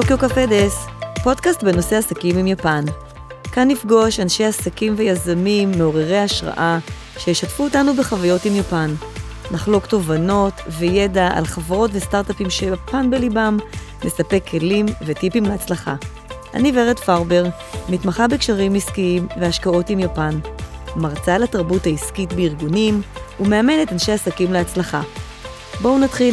טוקיו קפה דס, פודקאסט בנושא עסקים עם יפן. כאן נפגוש אנשי עסקים ויזמים מעוררי השראה שישתפו אותנו בחוויות עם יפן. נחלוק תובנות וידע על חברות וסטארט-אפים שיפן בליבם, נספק כלים וטיפים להצלחה. אני ורד פרבר, מתמחה בקשרים עסקיים והשקעות עם יפן, מרצה על התרבות העסקית בארגונים ומאמנת אנשי עסקים להצלחה. בואו נתחיל.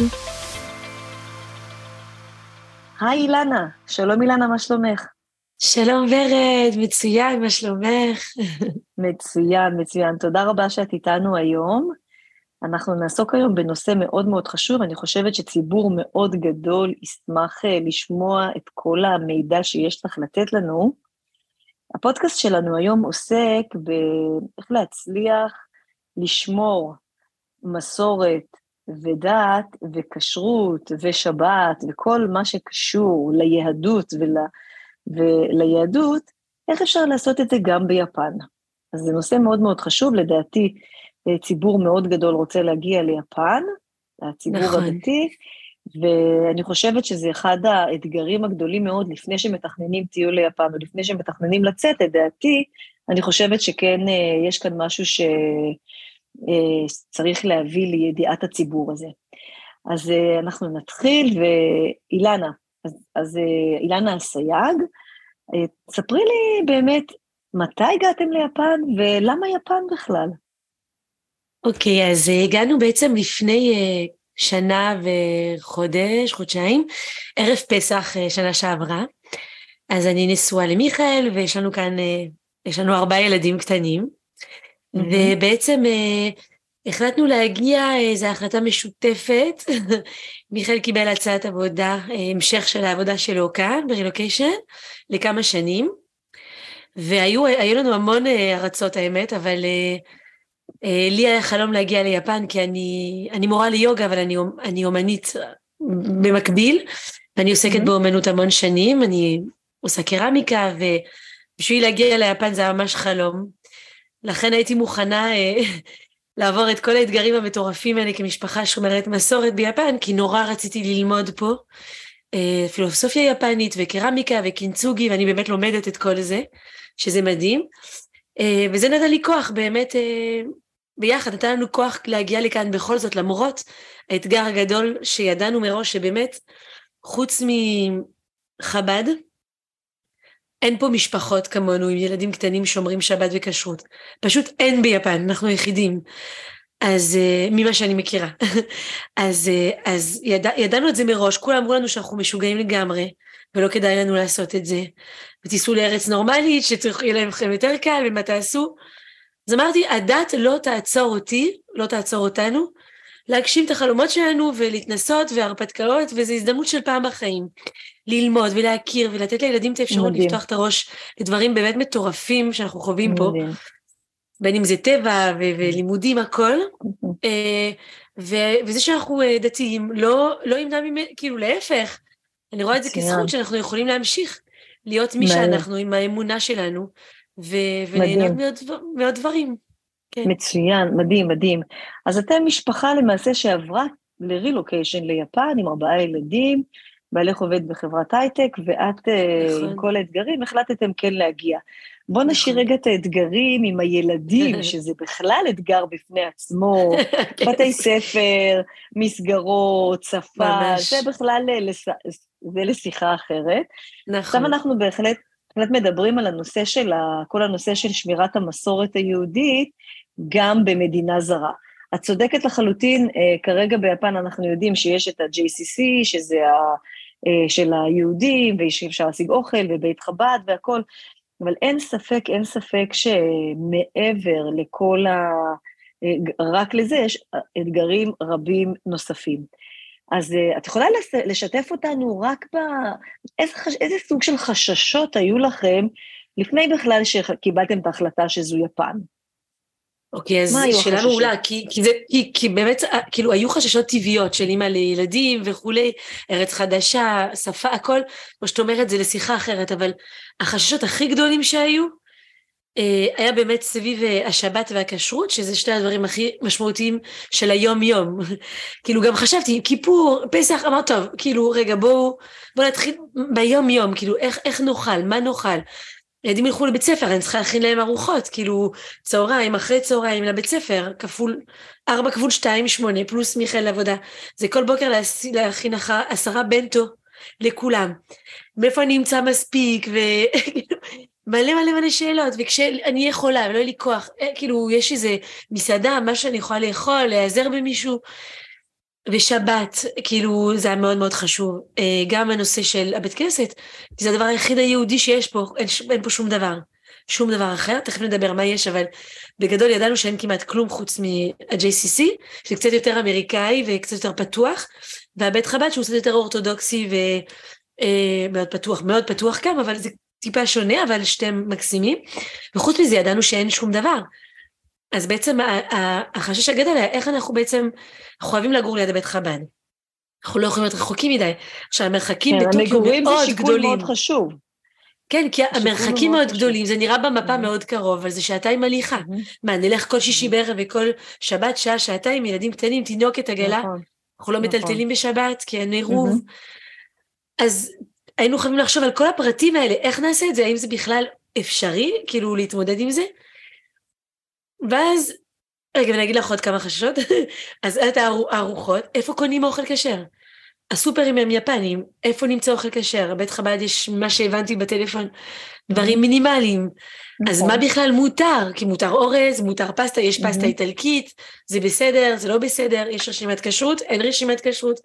היי אילנה, שלום אילנה, מה שלומך? שלום ורד, מצוין, מה שלומך? מצוין, תודה רבה שאת איתנו היום. אנחנו נעסוק היום בנושא מאוד מאוד חשוב, אני חושבת שציבור מאוד גדול ישמח לשמוע את כל המידע שיש לך לתת לנו. הפודקאסט שלנו היום עוסק באיך להצליח לשמור מסורת ודת וכשרות ושבת וכל מה שקשור ליהדות וליהדות, איך אפשר לעשות את זה גם ביפן. אז זה נושא מאוד מאוד חשוב, לדעתי ציבור מאוד גדול רוצה להגיע ליפן, הציבור הדתי, ואני חושבת שזה אחד האתגרים הגדולים מאוד לפני שמתכננים טיול ליפן, או לפני שמתכננים לצאת, לדעתי, אני חושבת שכן יש כאן משהו שצריך להביא לידיעת הציבור הזה. אז אנחנו נתחיל, ואילנה, אז אילנה הסייג, תספרי לי באמת מתי הגעתם ליפן ולמה יפן בכלל? אוקיי, אז הגענו בעצם לפני שנה חודשיים, ערב פסח שנה שעברה. אז אני נשואה למיכאל, ויש לנו כאן, יש לנו 4 ילדים קטנים, ובעצם החלטנו להגיע, זו החלטה משותפת, מיכאל קיבל הצעת עבודה, המשך של העבודה שלו כאן, ברילוקיישן, לכמה שנים, והיו לנו המון ארצות האמת, אבל לי היה חלום להגיע ליפן, כי אני מורה ליוגה, אבל אני אומנית במקביל, ואני עוסקת באומנות המון שנים, אני עושה קרמיקה, ובשביל להגיע ליפן זה ממש חלום, לכן הייתי מוכנה לעבור את כל האתגרים המטורפים האלה, כמשפחה שומרת מסורת ביפן, כי נורא רציתי ללמוד פה, פילוסופיה יפנית וקרמיקה וקינצוגי, ואני באמת לומדת את כל זה, שזה מדהים, וזה נתן לי כוח באמת, ביחד נתן לנו כוח להגיע לכאן בכל זאת, למרות האתגר הגדול שידענו מראש, שבאמת חוץ מחב"ד, אין פה משפחות כמונו עם ילדים קטנים שומרים שבת וכשרות, פשוט אין ביפן, אנחנו יחידים, אז ממה שאני מכירה, אז ידענו את זה מראש, כולם אמרו לנו שאנחנו משוגעים לגמרי, ולא כדאי לנו לעשות את זה, ותיסעו לארץ נורמלית, שצריך יהיה לכם יותר קל, ומה תעשו? אז אמרתי, הדת לא תעצור אותי, לא תעצור אותנו, להגשים את החלומות שלנו, ולהתנסות והרפתקאות, וזו הזדמנות של פעם בחיים, ללמוד ולהכיר, ולתת לילדים את האפשרות לפתוח את הראש, לדברים באמת מטורפים שאנחנו חווים פה, בין אם זה טבע ולימודים, הכל, וזה שאנחנו דתיים, לא ימנע ממנו, כאילו להפך, אני רואה את זה כזכות שאנחנו יכולים להמשיך להיות מי שאנחנו עם האמונה שלנו, וליהנות מאוד דברים. מצוין, מדהים. אז אתם משפחה למעשה שעברה לרילוקיישן ליפן עם 4 ילדים, בעלך עובד בחברת הייטק, ואת עם כל האתגרים החלטתם כן להגיע. בוא נשאיר רגע את האתגרים עם הילדים, שזה בכלל אתגר בפני עצמו, בתי ספר, מסגרות, שפה, זה בכלל זה לשיחה אחרת. עכשיו אנחנו בהחלט מדברים על הנושא של, כל הנושא של שמירת המסורת היהודית, גם במדינה זרה. את צודקת לחלוטין, כרגע ביפן אנחנו יודעים שיש את ה-JCC, שזה של היהודים, ואפשר להשיג אוכל ובית חב"ד והכל, אבל אין ספק שמעבר לכל רק לזה יש אתגרים רבים נוספים. אז את יכולה לשתף אותנו רק איזה סוג של חששות היו לכם, לפני בכלל שקיבלתם את ההחלטה שזו יפן? אוקיי, אז שאלה מעולה, כי באמת, כאילו, היו חששות טבעיות של אמא לילדים וכולי, ארץ חדשה, שפה, הכל, כמו שאת אומרת, זה לשיחה אחרת, אבל החששות הכי גדולים שהיו, היה באמת סביב השבת והכשרות, שזה שני הדברים הכי משמעותיים של היום-יום. כאילו גם חשבתי, כיפור, פסח, אמר טוב, כאילו רגע בואו נתחיל ביום-יום, כאילו איך נאכל, מה נאכל. ילדים ילכו לבית ספר, אני צריכה להכין להם ארוחות, כאילו צהריים, אחרי צהריים לבית ספר, כפול 4 כפול 2, 8, פלוס מיכאל לעבודה. זה כל בוקר להכין 10 בנטו לכולם. מאיפה אני אמצא מספיק, מלא מלא מלא שאלות, וכשאני יכולה ולא יהיה לי כוח, כאילו יש איזה מסעדה, מה שאני יכולה לאכול, להיעזר במישהו, ושבת, כאילו זה היה מאוד מאוד חשוב, גם הנושא של הבית כנסת, כי זה הדבר היחיד היהודי שיש פה, אין פה שום דבר אחר, תכף נדבר מה יש, אבל בגדול ידענו שאין כמעט כלום חוץ מה-JCC, שזה קצת יותר אמריקאי וקצת יותר פתוח, והבית חב"ד שהוא קצת יותר אורתודוקסי ומאוד פתוח, מאוד פתוח גם, אבל זה טיפה שונה, אבל שתיהם מקסימים, וחוץ מזה ידענו שאין שום דבר. אז בעצם החשש הגדול היה, איך אנחנו בעצם, אנחנו אוהבים לגור ליד הבית חב"ד. אנחנו לא יכולים להיות רחוקים מדי. עכשיו, המרחקים כן, בטוקיו מאוד גדולים. המגורים זה שיקול מאוד חשוב. כן, כי המרחקים מאוד גדולים, זה נראה במפה מאוד קרוב, אבל זה שעתיים הליכה. מה, נלך כל שישי בערב וכל שבת שעה, שעתיים, ילדים קטנים, תינוקת עגלה, אנחנו לא מטלטלים בשבת, כי אין עירוב. אז היינו חייבים לחשוב על כל הפרטים האלה, איך נעשה את זה, האם זה בכלל אפשרי, כאילו להתמודד עם זה? ואז, רגע, אני אגיד לך עוד כמה חששות, אז את הארוחות, איפה קונים אוכל כשר? הסופרים הם יפנים, איפה נמצא אוכל כשר? בית חב"ד יש מה שהבנתי בטלפון, דברים מינימליים, אז מה בכלל מותר? כי מותר אורז, מותר פסטה, יש פסטה איטלקית, זה בסדר, זה לא בסדר, יש רשימת כשרות, אין רשימת כשרות,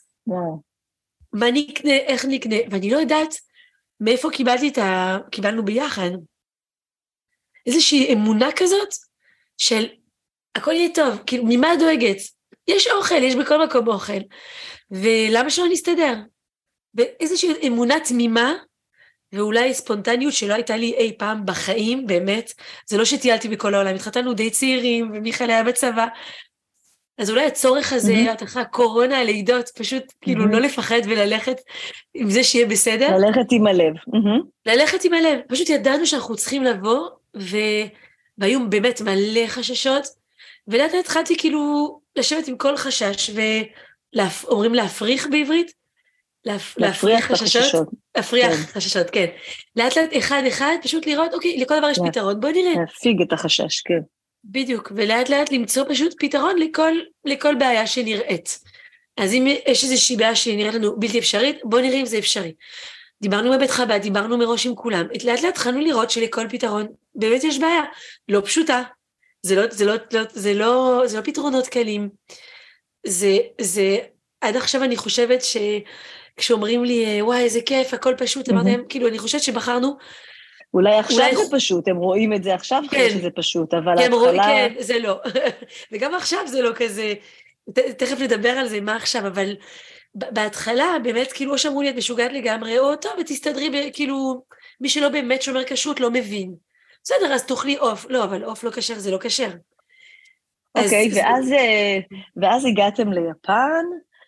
מה נקנה, איך נקנה, ואני לא יודעת מאיפה קיבלנו ביחד, איזושהי אמונה כזאת, של הכל יהיה טוב, כאילו ממה דואגת? יש אוכל, יש בכל מקום אוכל, ולמה שלא נסתדר? ואיזושהי אמונה תמימה, ואולי ספונטניות שלא הייתה לי אי פעם בחיים, באמת, זה לא שטיילתי בכל העולם, התחתנו די צעירים, ומיכאל היה בצבא, אז אולי הצורך הזה, אחרי הקורונה, הלידות, פשוט כאילו לא לפחד וללכת עם זה שיהיה בסדר. ללכת עם הלב. ללכת עם הלב, פשוט ידענו שאנחנו צריכים לבוא, והיו באמת מלא חששות, ולאט לאט התחלתי כאילו לשבת עם כל חשש, ואומרים להפריך בעברית? להפריח חששות. להפריח חששות, כן. לאט לאט אחד, פשוט לראות, אוקיי, לכל דבר יש פתרון, בוא נראה. להפיג את החשש, כן. בדיוק, ולאט לאט למצוא פשוט פתרון לכל בעיה שנראית. אז אם יש איזושהי בעיה שנראית לנו בלתי אפשרית, בוא נראה אם זה אפשרי. דיברנו בבית חב"ד, דיברנו מראש עם כולם, לאט לאט התחלנו לראות שלכל פתרון באמת יש בעיה, לא פשוטה, זה לא פתרונות קלים, זה עד עכשיו אני חושבת שכשאומרים לי, וואי איזה כיף, הכל פשוט, אמרתם, כאילו אני חושבת שבחרנו, אולי עכשיו זה פשוט, הם רואים את זה עכשיו, כן, שזה פשוט, אבל ההתחלה... כן, זה לא, וגם עכשיו זה לא כזה, תכף נדבר על זה, מה עכשיו, אבל בהתחלה באמת כאילו או שאמרו לי את משוגעת לגמרי, או טוב, ותסתדרי, כאילו, מי שלא באמת שומר כשרות לא מבין. בסדר, אז תאכלי עוף, לא, אבל עוף לא כשר, זה לא כשר. אוקיי, ואז הגעתם ליפן,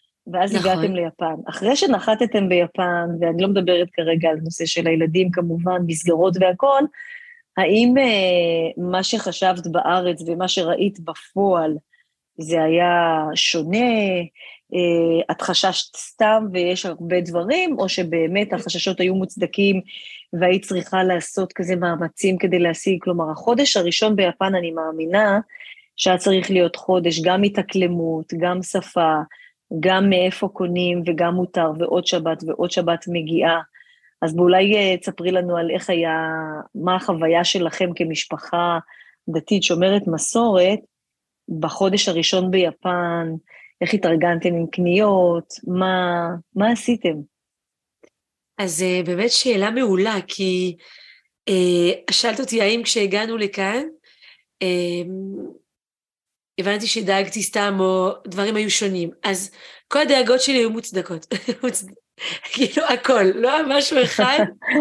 אחרי שנחתתם ביפן, ואני לא מדברת כרגע על נושא של הילדים כמובן, מסגרות והכל, האם מה שחשבת בארץ ומה שראית בפועל, זה היה שונה, את חששת סתם ויש הרבה דברים, או שבאמת החששות היו מוצדקים, והיית צריכה לעשות כזה מאמצים כדי להשיג, כלומר, החודש הראשון ביפן אני מאמינה, שהיה צריך להיות חודש, גם התאקלמות, גם שפה, גם מאיפה קונים וגם מותר, ועוד שבת מגיעה, אז באולי תספרי לנו על איך היה, מה החוויה שלכם כמשפחה דתית שומרת מסורת, בחודש הראשון ביפן, איך התארגנתם עם קניות, מה עשיתם? אז באמת שאלה מעולה, כי שאלת אותי האם כשהגענו לכאן, הבנתי שדאגתי סתם או דברים היו שונים, אז כל הדאגות שלי היו מוצדקות, כאילו הכל, לא משהו אחד,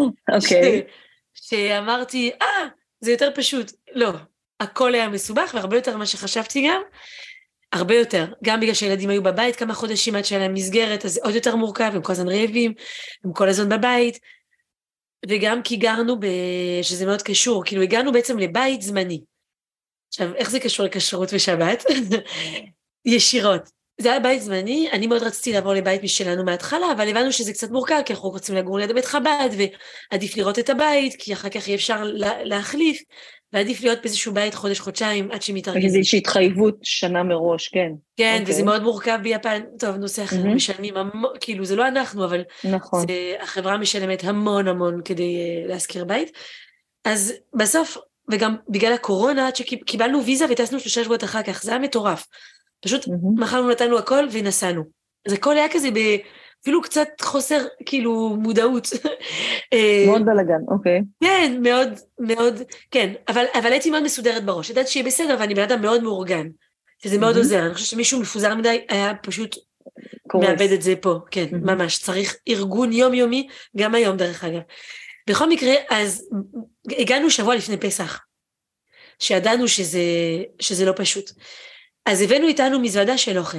שאמרתי, זה יותר פשוט, לא, הכל היה מסובך, והרבה יותר ממה שחשבתי גם, הרבה יותר, גם בגלל שהילדים היו בבית כמה חודשים עד שהיה להם מסגרת, אז עוד יותר מורכב, הם כל הזמן רעבים, הם כל הזמן בבית, וגם כי גרנו, שזה מאוד קשור, כאילו הגענו בעצם לבית זמני. עכשיו, איך זה קשור לכשרות ושבת? ישירות. זה היה בית זמני, אני מאוד רציתי לעבור לבית משלנו מההתחלה, אבל הבנו שזה קצת מורכב, כי אנחנו רוצים לגור ליד בית חב"ד, ועדיף לראות את הבית, כי אחר כך אי אפשר להחליף, ועדיף להיות באיזשהו בית חודש-חודשיים, עד שמתארגנים. וזה איזושהי התחייבות שנה מראש, כן. כן, וזה מאוד מורכב ביפן, טוב, נושא אחר, משלמים המון, כאילו זה לא אנחנו, אבל החברה משלמת המון המון כדי להזכיר בית. אז בסוף, וגם בגלל הקורונה, עד שקיבלנו ויזה וטסנו 3 שבועות אחר כך, זה היה מטורף. פשוט מחרנו נתנו הכל ונסענו. אז הכל היה כזה אפילו קצת חוסר כאילו מודעות. מאוד בלגן, אוקיי. כן, מאוד, מאוד, כן, אבל הייתי מאוד מסודרת בראש. ידעתי שיהיה בסדר, ואני בן אדם מאוד מאורגן. שזה מאוד עוזר. אני חושבת שמישהו מפוזר מדי היה פשוט מאבד את זה פה. כן, ממש. צריך ארגון יומיומי, גם היום דרך אגב. בכל מקרה, אז הגענו שבוע לפני פסח, שידענו שזה לא פשוט. אז הבאנו איתנו מזוודה של אוכל,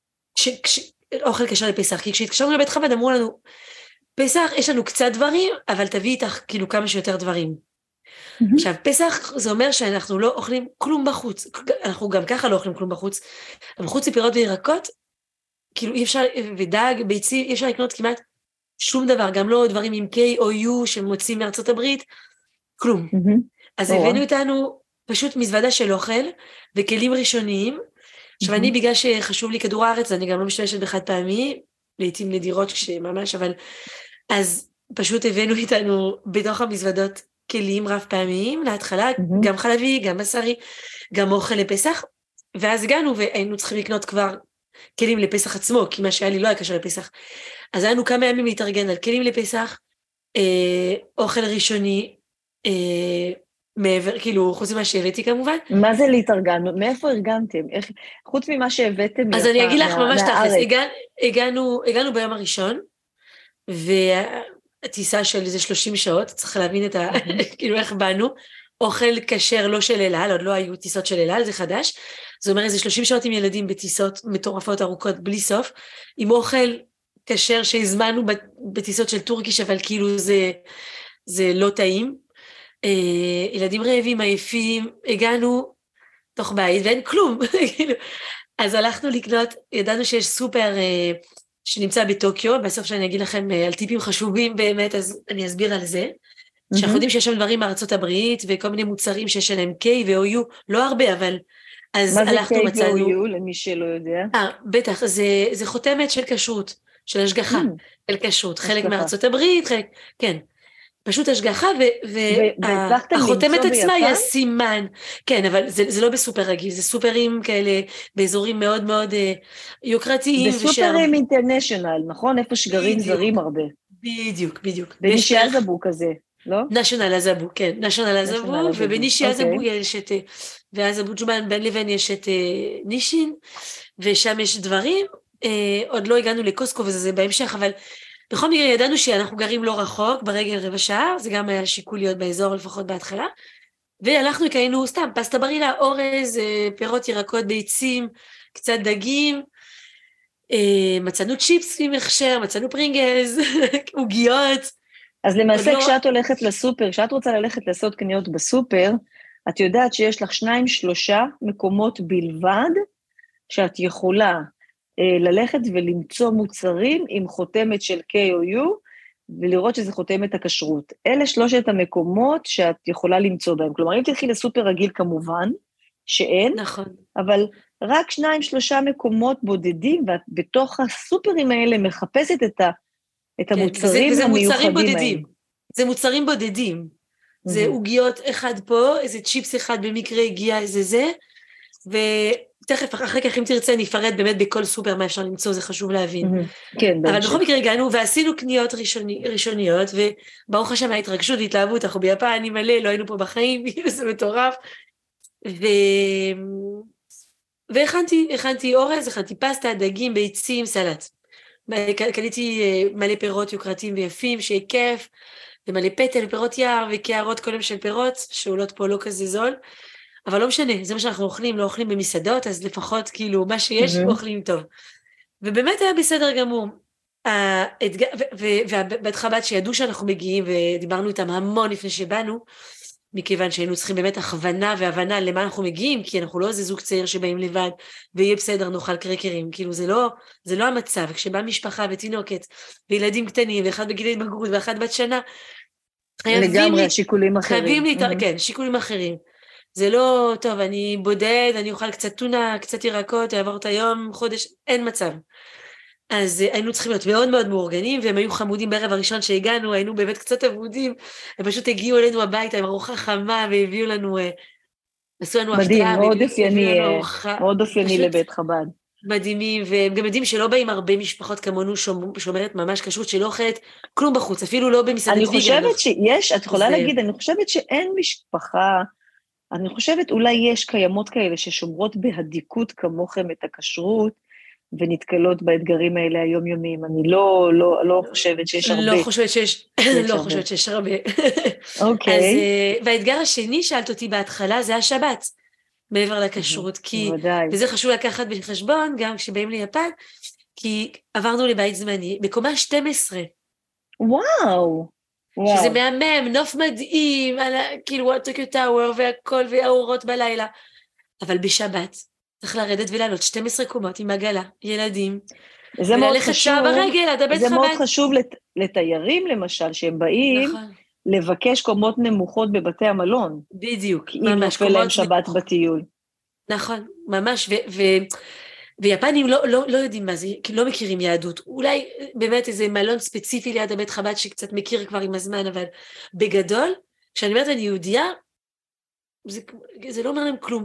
אוכל קשר לפסח, כי כשהתקשרנו לבית חב"ד אמרו לנו, פסח יש לנו קצת דברים, אבל תביא איתך כאילו כמה שיותר דברים. עכשיו, פסח זה אומר שאנחנו לא אוכלים כלום בחוץ, אנחנו גם ככה לא אוכלים כלום בחוץ, אבל חוץ מפירות וירקות, כאילו אי אפשר, ודג, ביצים, אי אפשר לקנות כמעט שום דבר, גם לא דברים עם K או U שמוצאים מארצות הברית, כלום. אז הבאנו איתנו פשוט מזוודה של אוכל וכלים ראשוניים. עכשיו אני בגלל שחשוב לי כדור הארץ, אני גם לא משתמשת בחד פעמי, לעתים נדירות כשממש, אבל אז פשוט הבאנו איתנו בתוך המזוודות כלים רב פעמיים להתחלה, גם חלבי, גם בשרי, גם אוכל לפסח, ואז הגענו והיינו צריכים לקנות כבר כלים לפסח עצמו, כי מה שהיה לי לא היה קשר לפסח. אז היינו כמה ימים להתארגן על כלים לפסח, אוכל ראשוני, מעבר, כאילו, חוץ ממה שהבאתי כמובן. מה זה להתארגן? מאיפה ארגנתם? חוץ ממה שהבאתם אז אני אגיד לך ממש תכלס, הגענו ביום הראשון, והטיסה של איזה 30 שעות, צריך להבין את כאילו איך באנו, אוכל כשר לא של אל על, עוד לא היו טיסות של אל על, זה חדש, זה אומר איזה 30 שעות עם ילדים בטיסות מטורפות ארוכות בלי סוף, עם אוכל כשר שהזמנו בטיסות של טורקיש, אבל כאילו זה לא טעים, ילדים רעבים, עייפים, הגענו תוך בית ואין כלום, אז הלכנו לקנות, ידענו שיש סופר שנמצא בטוקיו, בסוף שאני אגיד לכם על טיפים חשובים באמת, אז אני אסביר על זה, שאנחנו יודעים שיש שם דברים מארצות הברית, וכל מיני מוצרים שיש עליהם K ו-OU, לא הרבה, אבל אז הלכנו מצאנו... מה זה K ו-OU למי שלא יודע? בטח, זה חותמת של כשרות, של השגחה, של כשרות, חלק מארצות הברית, חלק, כן. פשוט השגחה, והחותמת עצמה היא הסימן. כן, אבל זה לא בסופר רגיל, זה סופרים כאלה באזורים מאוד מאוד יוקרתיים. זה סופרים אינטרנשיונל, נכון? איפה שגרים זרים הרבה. בדיוק. בנישי הזבו כזה, לא? נשיונל הזבו, כן, נשיונל הזבו, ובנישי הזבו יש את, והזבו ג'ובן בין לבין יש את נישין, ושם יש דברים, עוד לא הגענו לקוסקו וזה בהמשך, אבל בכל מקרה ידענו שאנחנו גרים לא רחוק, ברגל רבע שעה, זה גם היה שיקול להיות באזור לפחות בהתחלה, והלכנו קיינו סתם פסטה ברילה, אורז, פירות ירקות ביצים, קצת דגים, מצאנו צ'יפס עם הכשר, מצאנו פרינגלס, עוגיות. אז למעשה כשאת הולכת לסופר, כשאת רוצה ללכת לעשות קניות בסופר, את יודעת שיש לך 2-3 מקומות בלבד, שאת יכולה ללכת ולמצוא מוצרים עם חותמת של K או U, ולראות שזה חותמת הכשרות. אלה 3 המקומות שאת יכולה למצוא בהם. כלומר, אם תלכי לסופר רגיל כמובן, שאין, נכון. אבל רק 2-3 מקומות בודדים, ואת בתוך הסופרים האלה מחפשת את המוצרים המיוחדים האלה. זה מוצרים בודדים. זה עוגיות אחד פה, איזה צ'יפס אחד במקרה הגיע איזה זה, תכף, אחר כך אם תרצה, נפרד באמת בכל סופר מה אפשר למצוא, זה חשוב להבין. כן, אבל בכל מקרה הגענו, ועשינו קניות ראשוניות, וברוך השם ההתרגשות והתלהבות, אנחנו ביפן, אני מלא, לא היינו פה בחיים, זה מטורף. והכנתי אורז, הכנתי פסטה, דגים, ביצים, סלט. קניתי מלא פירות יוקרתיים ויפים, שיהיה כיף, ומלא פטל, פירות יער, וקערות קודם של פירות, שעולות פה לא כזה זול. אבל לא משנה, זה מה שאנחנו אוכלים, לא אוכלים במסעדות, אז לפחות כאילו מה שיש, אוכלים טוב. ובאמת היה בסדר גמור. ובית חב"ד שידעו שאנחנו מגיעים, ודיברנו איתם המון לפני שבאנו, מכיוון שהיינו צריכים באמת הכוונה והבנה למה אנחנו מגיעים, כי אנחנו לא איזה זוג צעיר שבאים לבד, ויהיה בסדר, נאכל קרקרים, כאילו זה לא המצב, כשבאה משפחה ותינוקת, וילדים קטנים, ואחד בגיל התבגרות, ואחד בת שנה, לגמרי, שיקולים אחרים. כן, שיקולים אחרים. זה לא, טוב, אני בודד, אני אוכל קצת טונה, קצת ירקות, יעבור את היום, חודש, אין מצב. אז היינו צריכים להיות מאוד מאוד מאורגנים, והם היו חמודים בערב הראשון שהגענו, היינו באמת קצת עבודים, הם פשוט הגיעו אלינו הביתה עם ארוחה חמה, והביאו לנו, עשו לנו הפתעה. מדהים, מאוד אופייני לבית חב"ד. מדהימים, והם גם יודעים שלא באים הרבה משפחות כמונו שומרת ממש כשרות, שלא אוכלת כלום בחוץ, אפילו לא במסעדת ויגן. אני חושבת שיש, את יכולה להגיד, אני חושבת שאין משפחה, אני חושבת אולי יש קיימות כאלה ששומרות בהדיקות כמוכם את הכשרות, ונתקלות באתגרים האלה היומיומיים. אני לא חושבת שיש הרבה. לא חושבת שיש הרבה. אוקיי. אז, והאתגר השני שאלת אותי בהתחלה, זה השבת, מעבר לכשרות, כי, וזה חשוב לקחת בחשבון, גם כשבאים ליפן, כי עברנו לבית זמני, בקומה 12. וואו. שזה מהמם, נוף מדהים, כאילו טוקיו טאוור והכל, והאורות בלילה. אבל בשבת, צריך לרדת ולעלות 12 קומות עם עגלה, ילדים, וללכת שעה ברגל עד הבית חב"ד. זה מאוד חשוב לתיירים למשל, שהם באים לבקש קומות נמוכות בבתי המלון. בדיוק, ממש. אם נופל להם שבת בטיול. נכון, ממש, ויפנים לא יודעים מה זה, כי לא מכירים יהדות. אולי באמת איזה מלון ספציפי ליד הבית חב"ד שקצת מכיר כבר עם הזמן, אבל בגדול, כשאני אומרת אני יהודייה, זה לא אומר להם כלום,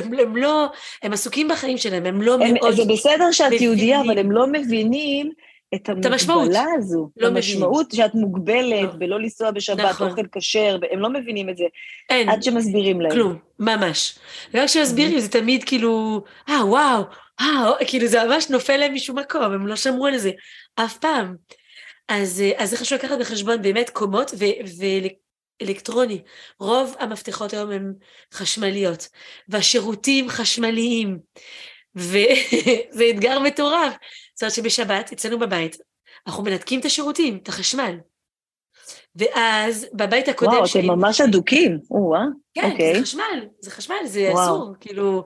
הם עסוקים בחיים שלהם, הם לא מאוד... זה בסדר שאת יהודייה, אבל הם לא מבינים את המגבלה הזו, את המשמעות שאת מוגבלת, ולא לנסוע בשבת, אוכל כשר, הם לא מבינים את זה, עד שמסבירים להם. כלום, ממש. ורק שמסבירים זה תמיד כאילו, וואו, כאילו זה ממש נופל להם משום מקום, הם לא שמרו על זה, אף פעם. אז זה חשוב לקחת בחשבון באמת קומות אלקטרוני, רוב המפתחות היום הם חשמליות, והשירותים חשמליים, וזה אתגר מטורף. זאת אומרת שבשבת, אצלנו בבית, אנחנו מנתקים את השירותים, את החשמל, ואז בבית הקודם... וואו, אתם ממש אדוקים, כן, זה חשמל, זה אסור, כאילו,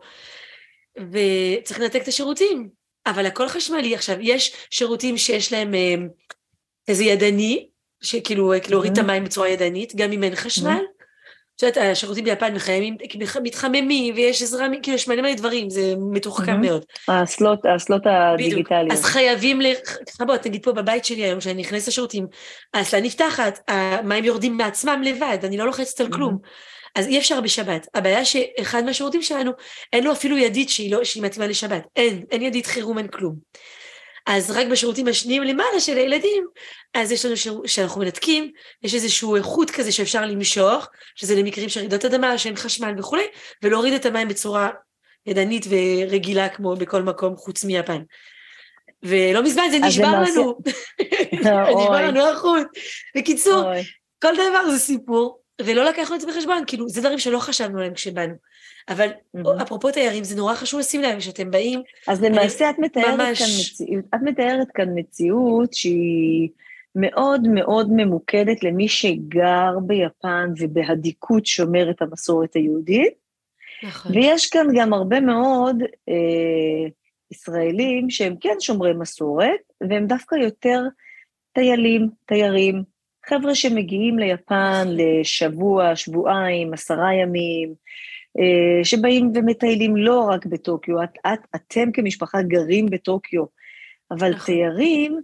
וצריך לנתק את השירותים, אבל הכל חשמלי. עכשיו, יש שירותים שיש להם איזה ידני, שכאילו להוריד את המים בצורה ידנית, גם אם אין חשמל. זאת אומרת, השירותים ביפן מתחממים, ויש עזרה, כאילו יש מלא דברים, זה מתוחכם מאוד. האסלות הדיגיטליות. אז חייבים לחבות, נגיד פה בבית שלי היום, שאני נכנס לשירותים, האסלה נפתחת, המים יורדים מעצמם לבד, אני לא לוחצת על כלום. אז אי אפשר בשבת. הבעיה שאחד מהשירותים שלנו, אין לו אפילו ידית שהיא מתאימה לשבת. אין ידית חירום, אין כלום. אז רק בשירותים השניים למעלה של הילדים, אז יש לנו שאנחנו מנתקים, יש איזשהו איכות כזה שאפשר למשוך, שזה למקרים של רעידות אדמה, שאין חשמל וכו', ולהוריד את המים בצורה ידנית ורגילה, כמו בכל מקום חוץ מיפן. ולא מזמן זה נשבר לנו. נשבר לנו החוט. בקיצור, כל דבר זה סיפור, ולא לקחנו את זה בחשבון, כאילו, זה דברים שלא חשבנו עליהם כשבאנו. אבל אפרופו תיירים, זה נורא חשוב לשים להם שאתם באים. אז למעשה את מתארת כאן מציאות שהיא מאוד מאוד ממוקדת למי שגר ביפן ובהדיקות שומר את המסורת היהודית. ויש כאן גם הרבה מאוד ישראלים שהם כן שומרי מסורת, והם דווקא יותר תיירים, חבר'ה שמגיעים ליפן לשבוע, שבועיים, 10 ימים, שבאים ומטיילים לא רק בטוקיו, אתם כמשפחה גרים בטוקיו, אבל תיירים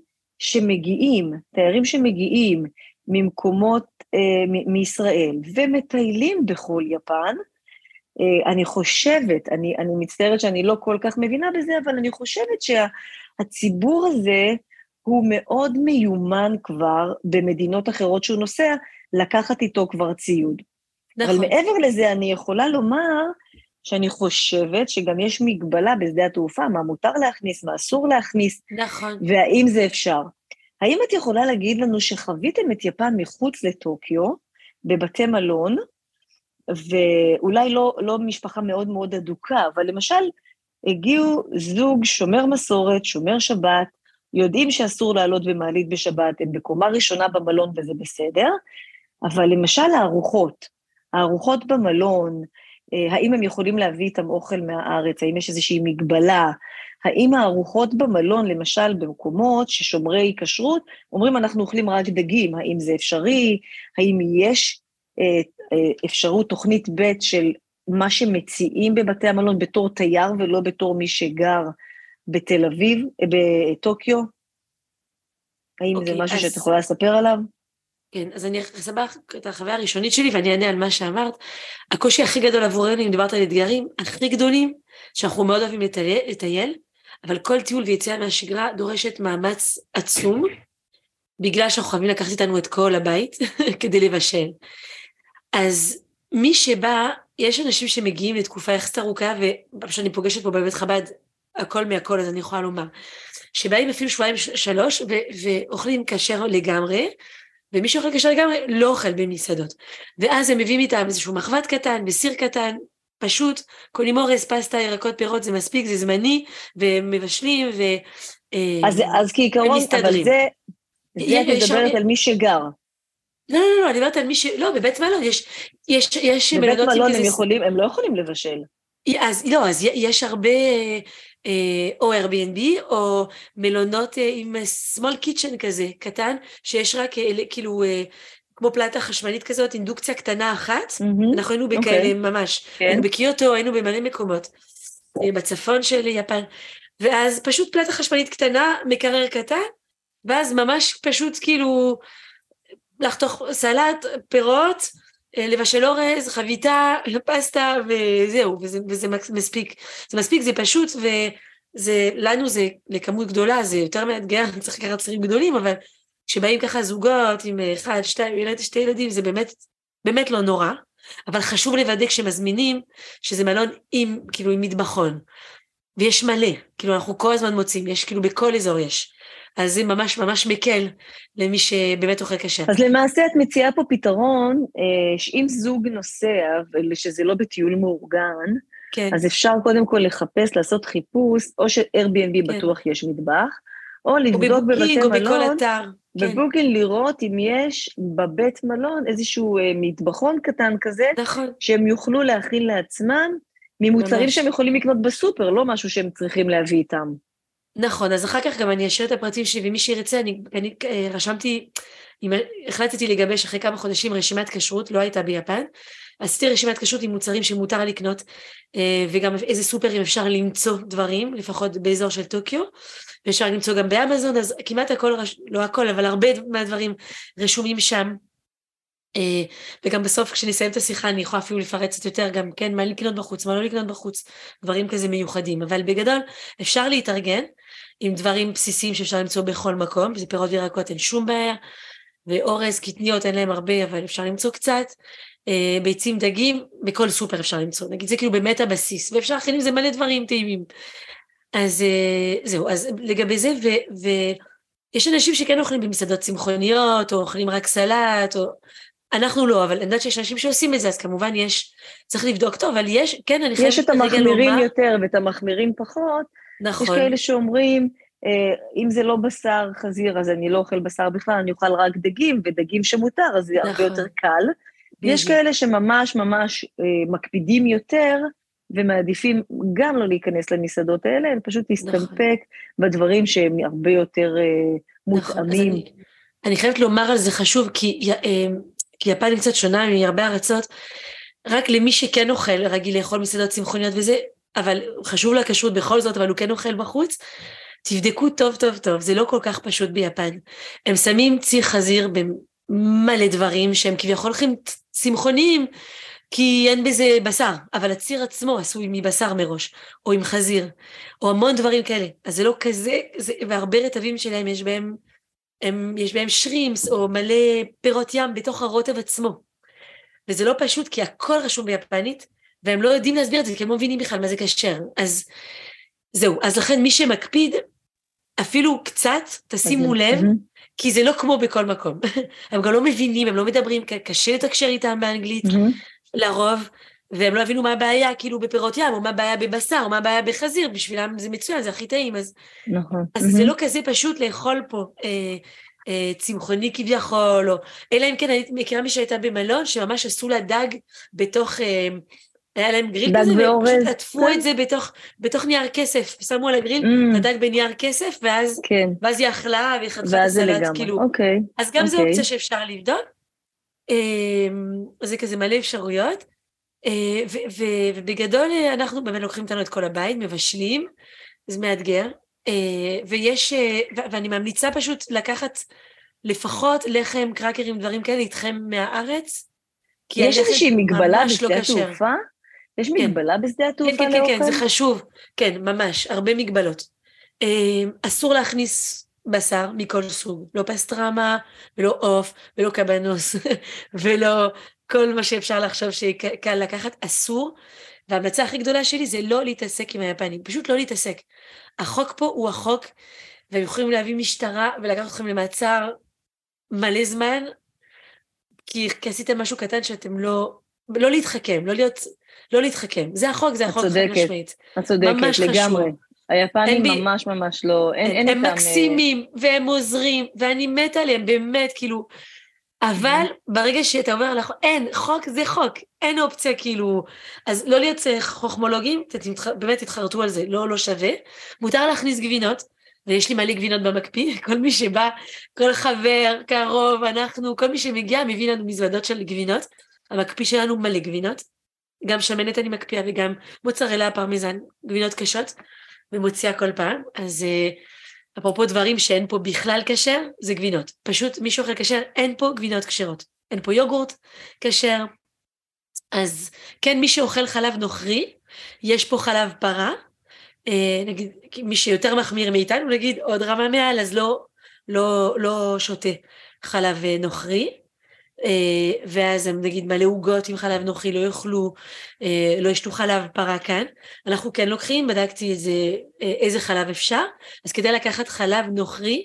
שמגיעים ממקומות מישראל ומטיילים בכל יפן, אני חושבת, אני מצטערת שאני לא כל כך מבינה בזה, אבל אני חושבת שהציבור הזה הוא מאוד מיומן כבר במדינות אחרות שהוא נוסע, לקחת איתו כבר ציוד. נכון. אבל מעבר לזה אני יכולה לומר שאני חושבת שגם יש מגבלה בשדה התעופה, מה מותר להכניס, מה אסור להכניס, נכון. והאם זה אפשר. האם את יכולה להגיד לנו שחוויתם את יפן מחוץ לטוקיו, בבתי מלון, ואולי לא משפחה מאוד מאוד אדוקה, אבל למשל הגיעו זוג שומר מסורת, שומר שבת, יודעים שאסור לעלות במעלית בשבת, הם בקומה ראשונה במלון וזה בסדר, אבל למשל הארוחות במלון, האם הם יכולים להביא איתם אוכל מהארץ, האם יש איזושהי מגבלה, האם הארוחות במלון, למשל במקומות ששומרי כשרות, אומרים אנחנו אוכלים רק דגים, האם זה אפשרי, האם יש אפשרות תוכנית ב' של מה שמציעים בבתי המלון בתור תייר ולא בתור מי שגר בתל אביב, בטוקיו? האם זה משהו שאת יכולה לספר עליו? כן, אז אני אספר את החוויה הראשונית שלי, ואני אענה על מה שאמרת. הקושי הכי גדול עבורנו, אם דיברת על אתגרים, הכי גדולים, שאנחנו מאוד אוהבים לטייל, אבל כל טיול ויציאה מהשגרה דורשת מאמץ עצום, בגלל שאנחנו חייבים לקחת איתנו את כל הבית, כדי לבשל. אז מי שבא, יש אנשים שמגיעים לתקופה יחסית ארוכה, ושאני פוגשת פה בבית חב"ד, הכל מהכל, אז אני יכולה לומר, שבאים אפילו שבועיים שלוש, ואוכלים כשר לגמרי, ומי שאוכל כשר לגמרי לא אוכל במסעדות. ואז הם מביאים איתם איזשהו מחבת קטן, בסיר קטן, פשוט, קונים אורז, פסטה, ירקות, פירות, זה מספיק, זה זמני, ומבשלים, אז כעיקרון, אבל זה את מדברת על מי שגר. לא, אני מדברת על מי לא, בבית מלון יש בבית מלון הם לא יכולים לבשל. אז יש הרבה, או Airbnb, או מלונות עם small kitchen כזה, קטן, שיש רק כאילו, כמו פלטה חשמלית כזאת, אינדוקציה קטנה אחת, אנחנו היינו בכאלה ממש, היינו בקיוטו, היינו במלא מקומות, בצפון של יפן, ואז פשוט פלטה חשמלית קטנה, מקרר קטן, ואז ממש פשוט כאילו, לחתוך סלט, פירות, לבשל אורז, חביתה, פסטה, וזהו, וזה מספיק. זה מספיק, זה פשוט, ולנו זה לכמות גדולה, זה יותר מאתגר, צריך לקחת צירים גדולים, אבל כשבאים ככה זוגות עם 1, 2, 2 ילדים, זה באמת לא נורא, אבל חשוב לוודא כשמזמינים, שזה מלון עם, כאילו, עם מטבחון, ויש מלא, כאילו אנחנו כל הזמן מוצאים, יש כאילו בכל אזור יש. אז זה ממש ממש מקל למי שבאמת אוכל כשר. אז למעשה את מציעה פה פתרון, שאם זוג נוסע, ושזה לא בטיול מאורגן, כן. אז אפשר קודם כל לחפש, לעשות חיפוש, או ש-Airbnb כן. בטוח יש מטבח, או לבדוק בבתי מלון, ובוקינג לראות אם יש בבית מלון איזשהו מטבחון קטן כזה, נכון. שהם יוכלו להכין לעצמם, ממוצרים ממש. שהם יכולים לקנות בסופר, לא משהו שהם צריכים להביא איתם. נכון, אז אחר כך גם אני אשאיר את הפרטים שלי, ומי שירצה, אני רשמתי, החלטתי לגבש אחרי כמה חודשים רשימת כשרות, לא הייתה ביפן, עשיתי רשימת כשרות עם מוצרים שמותר לקנות, וגם איזה סופרים אפשר למצוא דברים, לפחות באזור של טוקיו, ואפשר למצוא גם באמזון, אז כמעט הכל, לא הכל, אבל הרבה מהדברים רשומים שם, וגם בסוף כשנסיים את השיחה אני יכולה אפילו לפרט קצת יותר גם כן מה לקנות בחוץ, מה לא לקנות בחוץ, דברים כזה מיוחדים, אבל בגדול אפשר להתארגן עם דברים בסיסיים שאפשר למצוא בכל מקום, וזה פירות וירקות אין שום בעיה, ואורז, קטניות אין להם הרבה אבל אפשר למצוא קצת, ביצים דגים, בכל סופר אפשר למצוא, נגיד זה כאילו באמת הבסיס, ואפשר להכין עם זה מלא דברים טעימים, אז זהו, אז לגבי זה, ויש אנשים שכן אוכלים במסעדות צמחוניות, או אוכלים רק סלט, או אנחנו לא, אבל אני יודעת שיש אנשים שעושים את זה, אז כמובן צריך לבדוק טוב, אבל יש, כן, אני חייבת יש את המחמירים יותר ואת המחמירים פחות, נכון. יש כאלה שאומרים, אם זה לא בשר חזיר, אז אני לא אוכל בשר בכלל, אני אוכל רק דגים, ודגים שמותר, אז זה נכון. הרבה יותר קל. יש כאלה שממש ממש מקפידים יותר, ומעדיפים גם לא להיכנס למסעדות האלה, הם פשוט להסתפק בדברים שהם הרבה יותר מותאמים. נכון, אני חייבת לומר על זה חשוב, כי יפן קצת שונה מהרבה ארצות, רק למי שכן אוכל, רגיל לאכול מסעדות צמחוניות וזה, אבל חשוב לה כשרות בכל זאת, אבל הוא כן אוכל בחוץ, תבדקו טוב טוב טוב, זה לא כל כך פשוט ביפן. הם שמים ציר חזיר במלא דברים, שהם כביכול הולכים צמחוניים, כי אין בזה בשר, אבל הציר עצמו עשוי מבשר מראש, או עם חזיר, או המון דברים כאלה, אז זה לא כזה, והרבה רטבים שלהם יש בהם שרימס, או מלא פירות ים בתוך הרוטב עצמו, וזה לא פשוט, כי הכל רשום ביפנית, והם לא יודעים להסביר את זה, כי הם לא מבינים בכלל מה זה כשר, אז זהו, אז לכן מי שמקפיד, אפילו קצת, תשימו לב, כי זה לא כמו בכל מקום, הם גם לא מבינים, הם לא מדברים, קשה לתקשר איתם באנגלית, לרוב, והם לא הבינו מה הבעיה כאילו בפירות ים, או מה הבעיה בבשר, או מה הבעיה בחזיר, בשבילם זה מצוין, זה הכי טעים, אז, נכון. אז זה לא כזה פשוט לאכול פה צמחוני כביכול, או, אלא אם כן אני מכירה מי שהייתה במלון, שממש עשו לה דג בתוך, היה להם גריל כזה, ופשוט עטפו את זה בתוך נייר כסף, שמו על הגריל את הדג בנייר כסף, ואז היא אכלה, והיא חתכה את הסלט, כאילו. אז גם זו אופציה שאפשר לבדוק, אז זה כזה מלא אפשרויות, ובגדול אנחנו באמת לוקחים אותנו את כל הבית, מבשלים, זה מאתגר, ואני ממליצה פשוט לקחת לפחות לחם, קרקרים, דברים כאלה, איתכם מהארץ, יש איזושהי מגבלה בשדה התעופה? יש מגבלה בשדה התעופה לאוכל? כן, זה חשוב, כן, ממש, הרבה מגבלות. אסור להכניס בשר מכל סוג, לא פסטרמה, ולא עוף, ולא קבנוס, ולא כל מה שאפשר לחשוב שקל לקחת, אסור, וההמלצה הכי גדולה שלי זה לא להתעסק עם היפנים, פשוט לא להתעסק. החוק פה הוא החוק, והם יכולים להביא משטרה ולקחת אתכם למעצר מלא זמן, כי עשיתם משהו קטן שאתם לא להתחכם, לא להתחכם. זה החוק חד משמעית. את צודקת, לגמרי. היפנים ממש ממש לא, אין הם מקסימים, והם עוזרים, ואני מתה עליהם, באמת, כאילו, אבל ברגע שאתה אומר לך, אין, חוק זה חוק, אין אופציה, כאילו, אז לא להיות חוכמולוגים, באמת תתחרטו על זה, לא שווה, מותר להכניס גבינות, ויש לי מלא גבינות במקפיא, כל מי שבא, כל חבר, קרוב, אנחנו, כל מי שמגיע, מביא לנו מזוודות של גבינות, המקפיא שלנו מלא גבינות, גם שמנת אני מקפיאה, וגם מוצרלה, פרמזן, גבינות קשות, ומוציאה כל פעם, אז אפרופו דברים שאין פה בכלל כשר, זה גבינות. פשוט מישהו אוכל כשר, אין פה גבינות כשרות. אין פה יוגורט כשר. אז כן, מי שאוכל חלב נוכרי, יש פה חלב פרה, נגיד, מי שיותר מחמיר מאיתנו, נגיד עוד רמה מעל, אז לא שותה חלב נוכרי, ואז הם נגיד מלא עוגות עם חלב נוכרי, לא יאכלו, לא ישתו חלב פרה כאן, אנחנו כן לוקחים, בדקתי איזה חלב אפשר, אז כדי לקחת חלב נוכרי,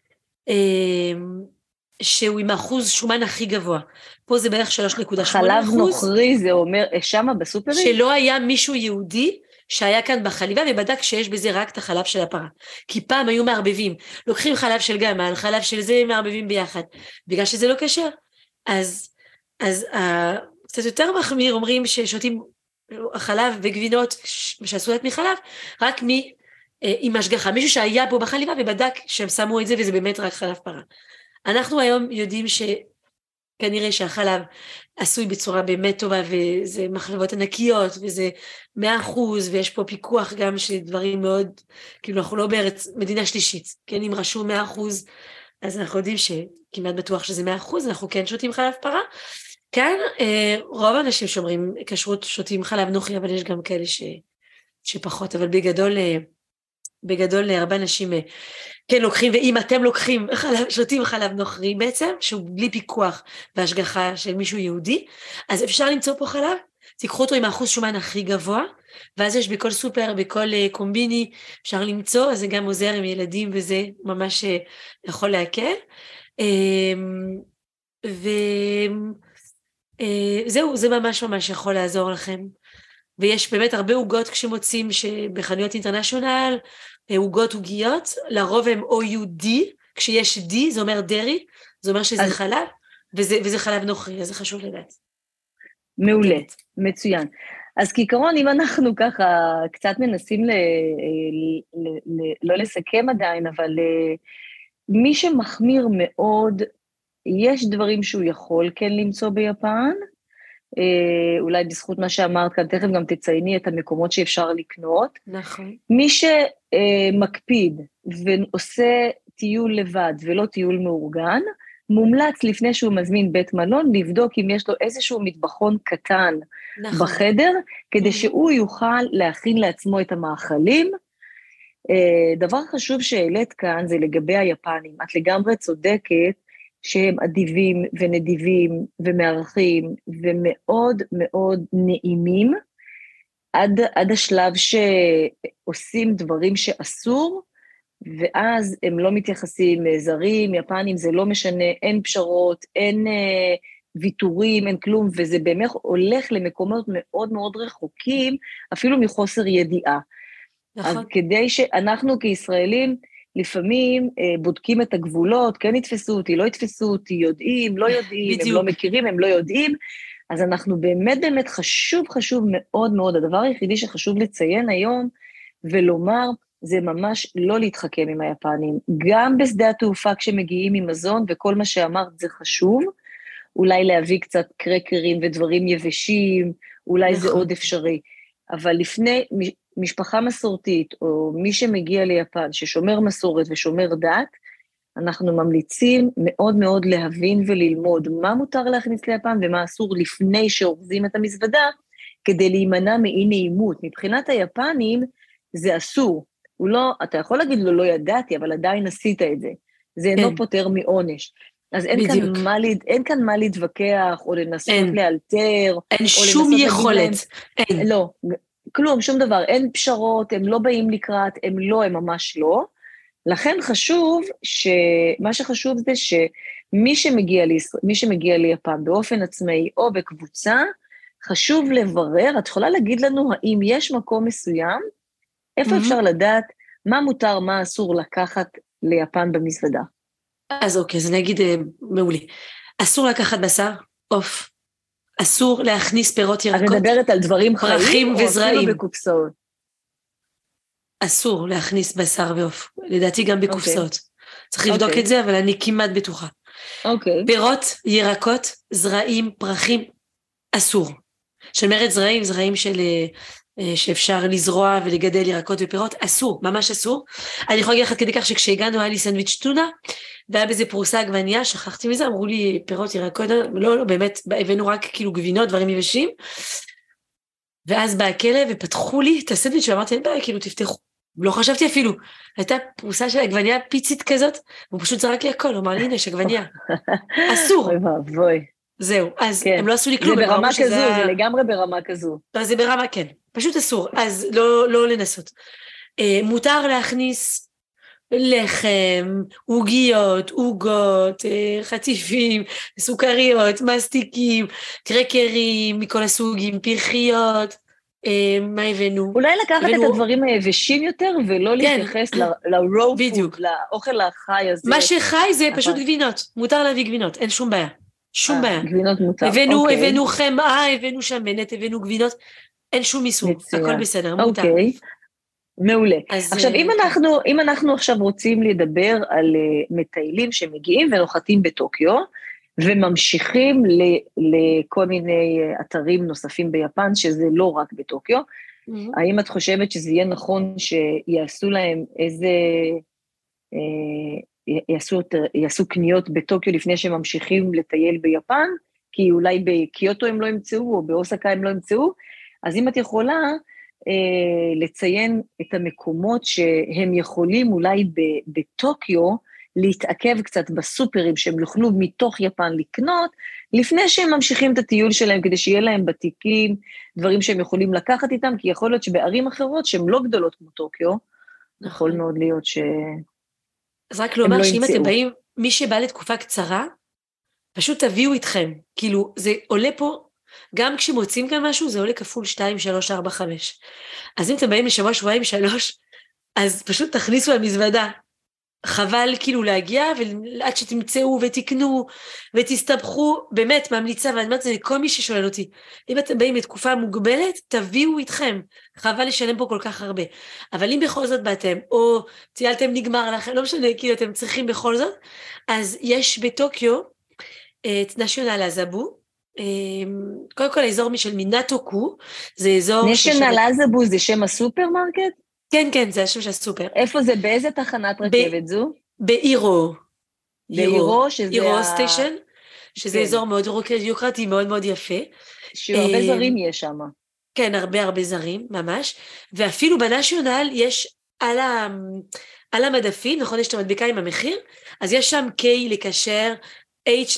שהוא עם אחוז שומן הכי גבוה, פה זה בערך 3.8%. חלב נוכרי זה אומר, שמה בסופרים? שלא היה מישהו יהודי, שהיה כאן בחליבה ובדק שיש בזה רק את החלב של הפרה, כי פעם היו מערבבים, לוקחים חלב של גמל, חלב של זה מערבבים ביחד, בגלל שזה לא כשר, אז קצת יותר מחמיר אומרים ששותים חלב וגבינות שעשו את מחלב, רק עם השגחה, מישהו שהיה פה בחליבה ובדק שהם שמו את זה וזה באמת רק חלב פרה. אנחנו היום יודעים שכנראה שהחלב עשוי בצורה באמת טובה וזה מחלבות ענקיות וזה 100% ויש פה פיקוח גם של דברים מאוד, כאילו אנחנו לא בארץ מדינה שלישית, כן, אם רשום 100%, אז אנחנו יודעים שכמעט בטוח שזה 100%, אנחנו כן שותים חלב פרה. כאן רוב האנשים שאומרים כשרות שותים חלב נוכרי, אבל יש גם כאלה שפחות, אבל בגדול הרבה אנשים כן לוקחים, ואם אתם לוקחים שותים חלב נוכרי בעצם, שהוא בלי פיקוח והשגחה של מישהו יהודי, אז אפשר למצוא פה חלב, תיקחו אותו עם האחוז שומן הכי גבוה, ואז יש בכל סופר, בכל קומביני, אפשר למצוא, אז זה גם עוזר עם ילדים, וזה ממש יכול להקל. וזהו, זה ממש ממש יכול לעזור לכם. ויש באמת הרבה עוגות כשמוצאים שבחנויות אינטרנשיונל, עוגות עוגיות, לרוב הם OUD, כשיש D זה אומר דרי, זה אומר שזה חלב, וזה חלב נוכרי, אז זה חשוב לדעת. מעולה, מצוין. אז כעיקרון, אם אנחנו ככה קצת מנסים לא לסכם עדיין, אבל מי שמחמיר מאוד, יש דברים שהוא יכול כן למצוא ביפן, אולי בזכות מה שאמרת כאן, תכף גם תצייני את המקומות שאפשר לקנות. נכון. מי שמקפיד ועושה טיול לבד ולא טיול מאורגן, מומלץ לפני שהוא מזמין בית מלון, לבדוק אם יש לו איזשהו מטבחון קטן בחדר, כדי שהוא יוכל להכין לעצמו את המאכלים. דבר חשוב שהעלית כאן זה לגבי היפנים, את לגמרי צודקת, שהם אדיבים ונדיבים ומארחים ומאוד מאוד נעימים, עד השלב שעושים דברים שאסור, ואז הם לא מתייחסים זרים, יפנים, זה לא משנה, אין פשרות, אין ויתורים, אין כלום, וזה באמת הולך למקומות מאוד מאוד רחוקים, אפילו מחוסר ידיעה. נכון. אז כדי שאנחנו כישראלים, לפעמים בודקים את הגבולות, כן יתפסו אותי, לא יתפסו אותי, יודעים, לא יודעים, הם לא מכירים, הם לא יודעים, אז אנחנו באמת חשוב מאוד מאוד, הדבר היחידי שחשוב לציין היום, ולומר, זה ממש לא להתחכם עם היפנים, גם בשדה התעופה כשמגיעים עם מזון, וכל מה שאמרת זה חשוב, אולי להביא קצת קרקרים ודברים יבשים, אולי זה עוד אפשרי, אבל לפני משפחה מסורתית, או מי שמגיע ליפן, ששומר מסורת ושומר דת, אנחנו ממליצים מאוד מאוד להבין וללמוד מה מותר להכניס ליפן, ומה אסור לפני שאורזים את המזוודה, כדי להימנע מאי נעימות. מבחינת היפנים, זה אסור. הוא לא, אתה יכול להגיד לו, לא ידעתי, אבל עדיין עשית את זה. זה אינו פותר מעונש. אז אין כאן מה להתווכח, או לנסות לאלתר, אין שום יכולת. אין. לא, כלום, שום דבר, אין פשרות, הם לא באים לקראת, הם ממש לא. לכן חשוב מה שחשוב זה שמי שמגיע ליפן באופן עצמאי או בקבוצה, חשוב לברר, את יכולה להגיד לנו האם יש מקום מסוים, איפה אפשר לדעת מה מותר, מה אסור לקחת ליפן במזוודה. אז אוקיי, אז אני אגיד מעולה. אסור לקחת בשר, עוף. אסור להכניס פירות ירקות. את מדברת על דברים חיים או וזרעים. אפילו בקופסאות? אסור להכניס בשר ועוף. לדעתי גם בקופסאות. צריך לבדוק את זה, אבל אני כמעט בטוחה. פירות, ירקות, זרעים, פרחים, אסור. שמרת זרעים שאפשר לזרוע ולגדל ירקות ופירות, אסור, ממש אסור. אני יכולה להגיד לך כדי כך שכשהגענו היה לי סנדוויץ' טונה, והיה בזה פרוסה עגבניה, שכחתי מזה, אמרו לי פירות ירקות, לא, באמת, הבאנו רק כאילו גבינות, דברים יבשים, ואז בא הכלב ופתחו לי את הסנדוויץ' ואמרתי, אין בעיה, כאילו תפתחו. לא חשבתי אפילו, הייתה פרוסה של עגבניה פיצית כזאת, והוא פשוט זרק לי הכל, הוא אמר לי, הנה, יש עגבניה. אסור. אוי ואבוי. זהו, אז הם לא עשו לי כלום. זה ברמה כזו, זה לגמרי ברמה כזו. זה ברמה, כן, פשוט אסור, אז לא לנסות. מותר להכניס לחם, עוגיות, עוגות, חטיפים, סוכריות, מסטיקים, קרקרים מכל הסוגים, פרחיות, מה הבאנו? אולי לקחת את הדברים היבשים יותר, ולא להתייחס לרואו פוד, לאוכל החי הזה. מה שחי זה פשוט גבינות, מותר להביא גבינות, אין שום בעיה. שום בעיה. גבינות מותר. הבאנו חמאה, הבאנו שמנת, הבאנו גבינות, אין שום איסור, הכל בסדר, מותר. מעולה. עכשיו, אם אנחנו עכשיו רוצים לדבר על מטיילים שמגיעים ונוחתים בטוקיו, וממשיכים לכל מיני אתרים נוספים ביפן, שזה לא רק בטוקיו, האם את חושבת שזה יהיה נכון שיעשו להם יעשו קניות בטוקיו לפני שהם ממשיכים לטייל ביפן, כי אולי בקיוטו הם לא ימצאו, או באוסקה הם לא ימצאו, אז אם את יכולה לציין את המקומות שהם יכולים אולי בטוקיו, להתעכב קצת בסופרים שהם יוכלו מתוך יפן לקנות, לפני שהם ממשיכים את הטיול שלהם, כדי שיהיה להם בתיקים, דברים שהם יכולים לקחת איתם, כי יכול להיות שבערים אחרות שהן לא גדולות כמו טוקיו, יכול מאוד להיות אז רק לומר שאם אתם באים, מי שבא לתקופה קצרה, פשוט תביאו איתכם, כאילו זה עולה פה, גם כשמוצאים כאן משהו, זה עולה כפול 2, 3, 4, 5. אז אם אתם באים לשבוע, שבועיים, 3, אז פשוט תכניסו למזוודה. חבל כאילו להגיע, ועד שתמצאו ותקנו ותסתבכו, באמת ממליצה, ואני אומרת זה לכל מי ששואל אותי, אם אתם באים לתקופה מוגבלת, תביאו איתכם, חבל לשלם פה כל כך הרבה, אבל אם בכל זאת באתם, או טיילתם נגמר לכם, לא משנה, כאילו אתם צריכים בכל זאת, אז יש בטוקיו, את נשיונל עזבו, קודם כל האזור של מינאטוקו, זה אזור... נשיונל עזבו זה שם הסופרמרקט? כן, כן, זה השם של הסופר. איפה זה? באיזה תחנת רכבת זו? באירו. באירו, שזה... אירו סטיישן, שזה אזור מאוד יוקרתי, מאוד מאוד יפה. שהרבה זרים יש שם. כן, הרבה זרים, ממש. ואפילו בנשיונל יש על המדפים, נכון, יש את המדבקה עם המחיר, אז יש שם K לקשר, H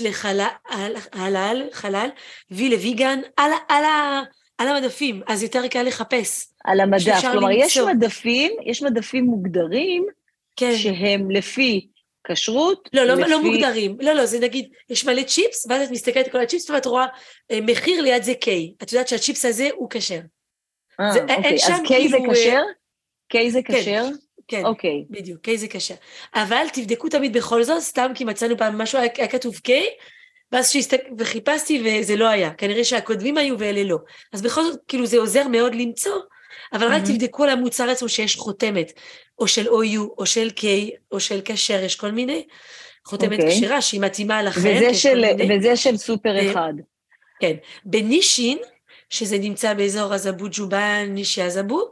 לחלל, V לויגן, על המדפים, אז יותר קל לחפש. על המדף, כלומר יש מדפים מוגדרים, כן. שהם לפי כשרות? לא מוגדרים. לא, זה נגיד, יש מלא צ'יפס, ואז את מסתכלת על כל הצ'יפס, ואת רואה מחיר ליד זה קיי. את יודעת שהצ'יפס הזה הוא כשר. אוקיי, אז קיי זה כשר? קיי זה כשר? כן, בדיוק, קיי זה כשר. אבל תבדקו תמיד בכל זאת, סתם כי מצאנו פעם משהו, היה כתוב קיי, ואז וחיפשתי וזה לא היה. כנראה שהקודמים היו ואלה לא. אז בכל זאת, כאילו זה עוזר מאוד למצוא, אבל רק תבדקו על המוצר עצמו שיש חותמת, או של OU, או של קיי, או של כשר, יש כל מיני חותמת כשרה שהיא מתאימה לכם. וזה של סופר אחד. כן. בנישין, שזה נמצא באזור הזבו ג'ובן, נישי הזבו,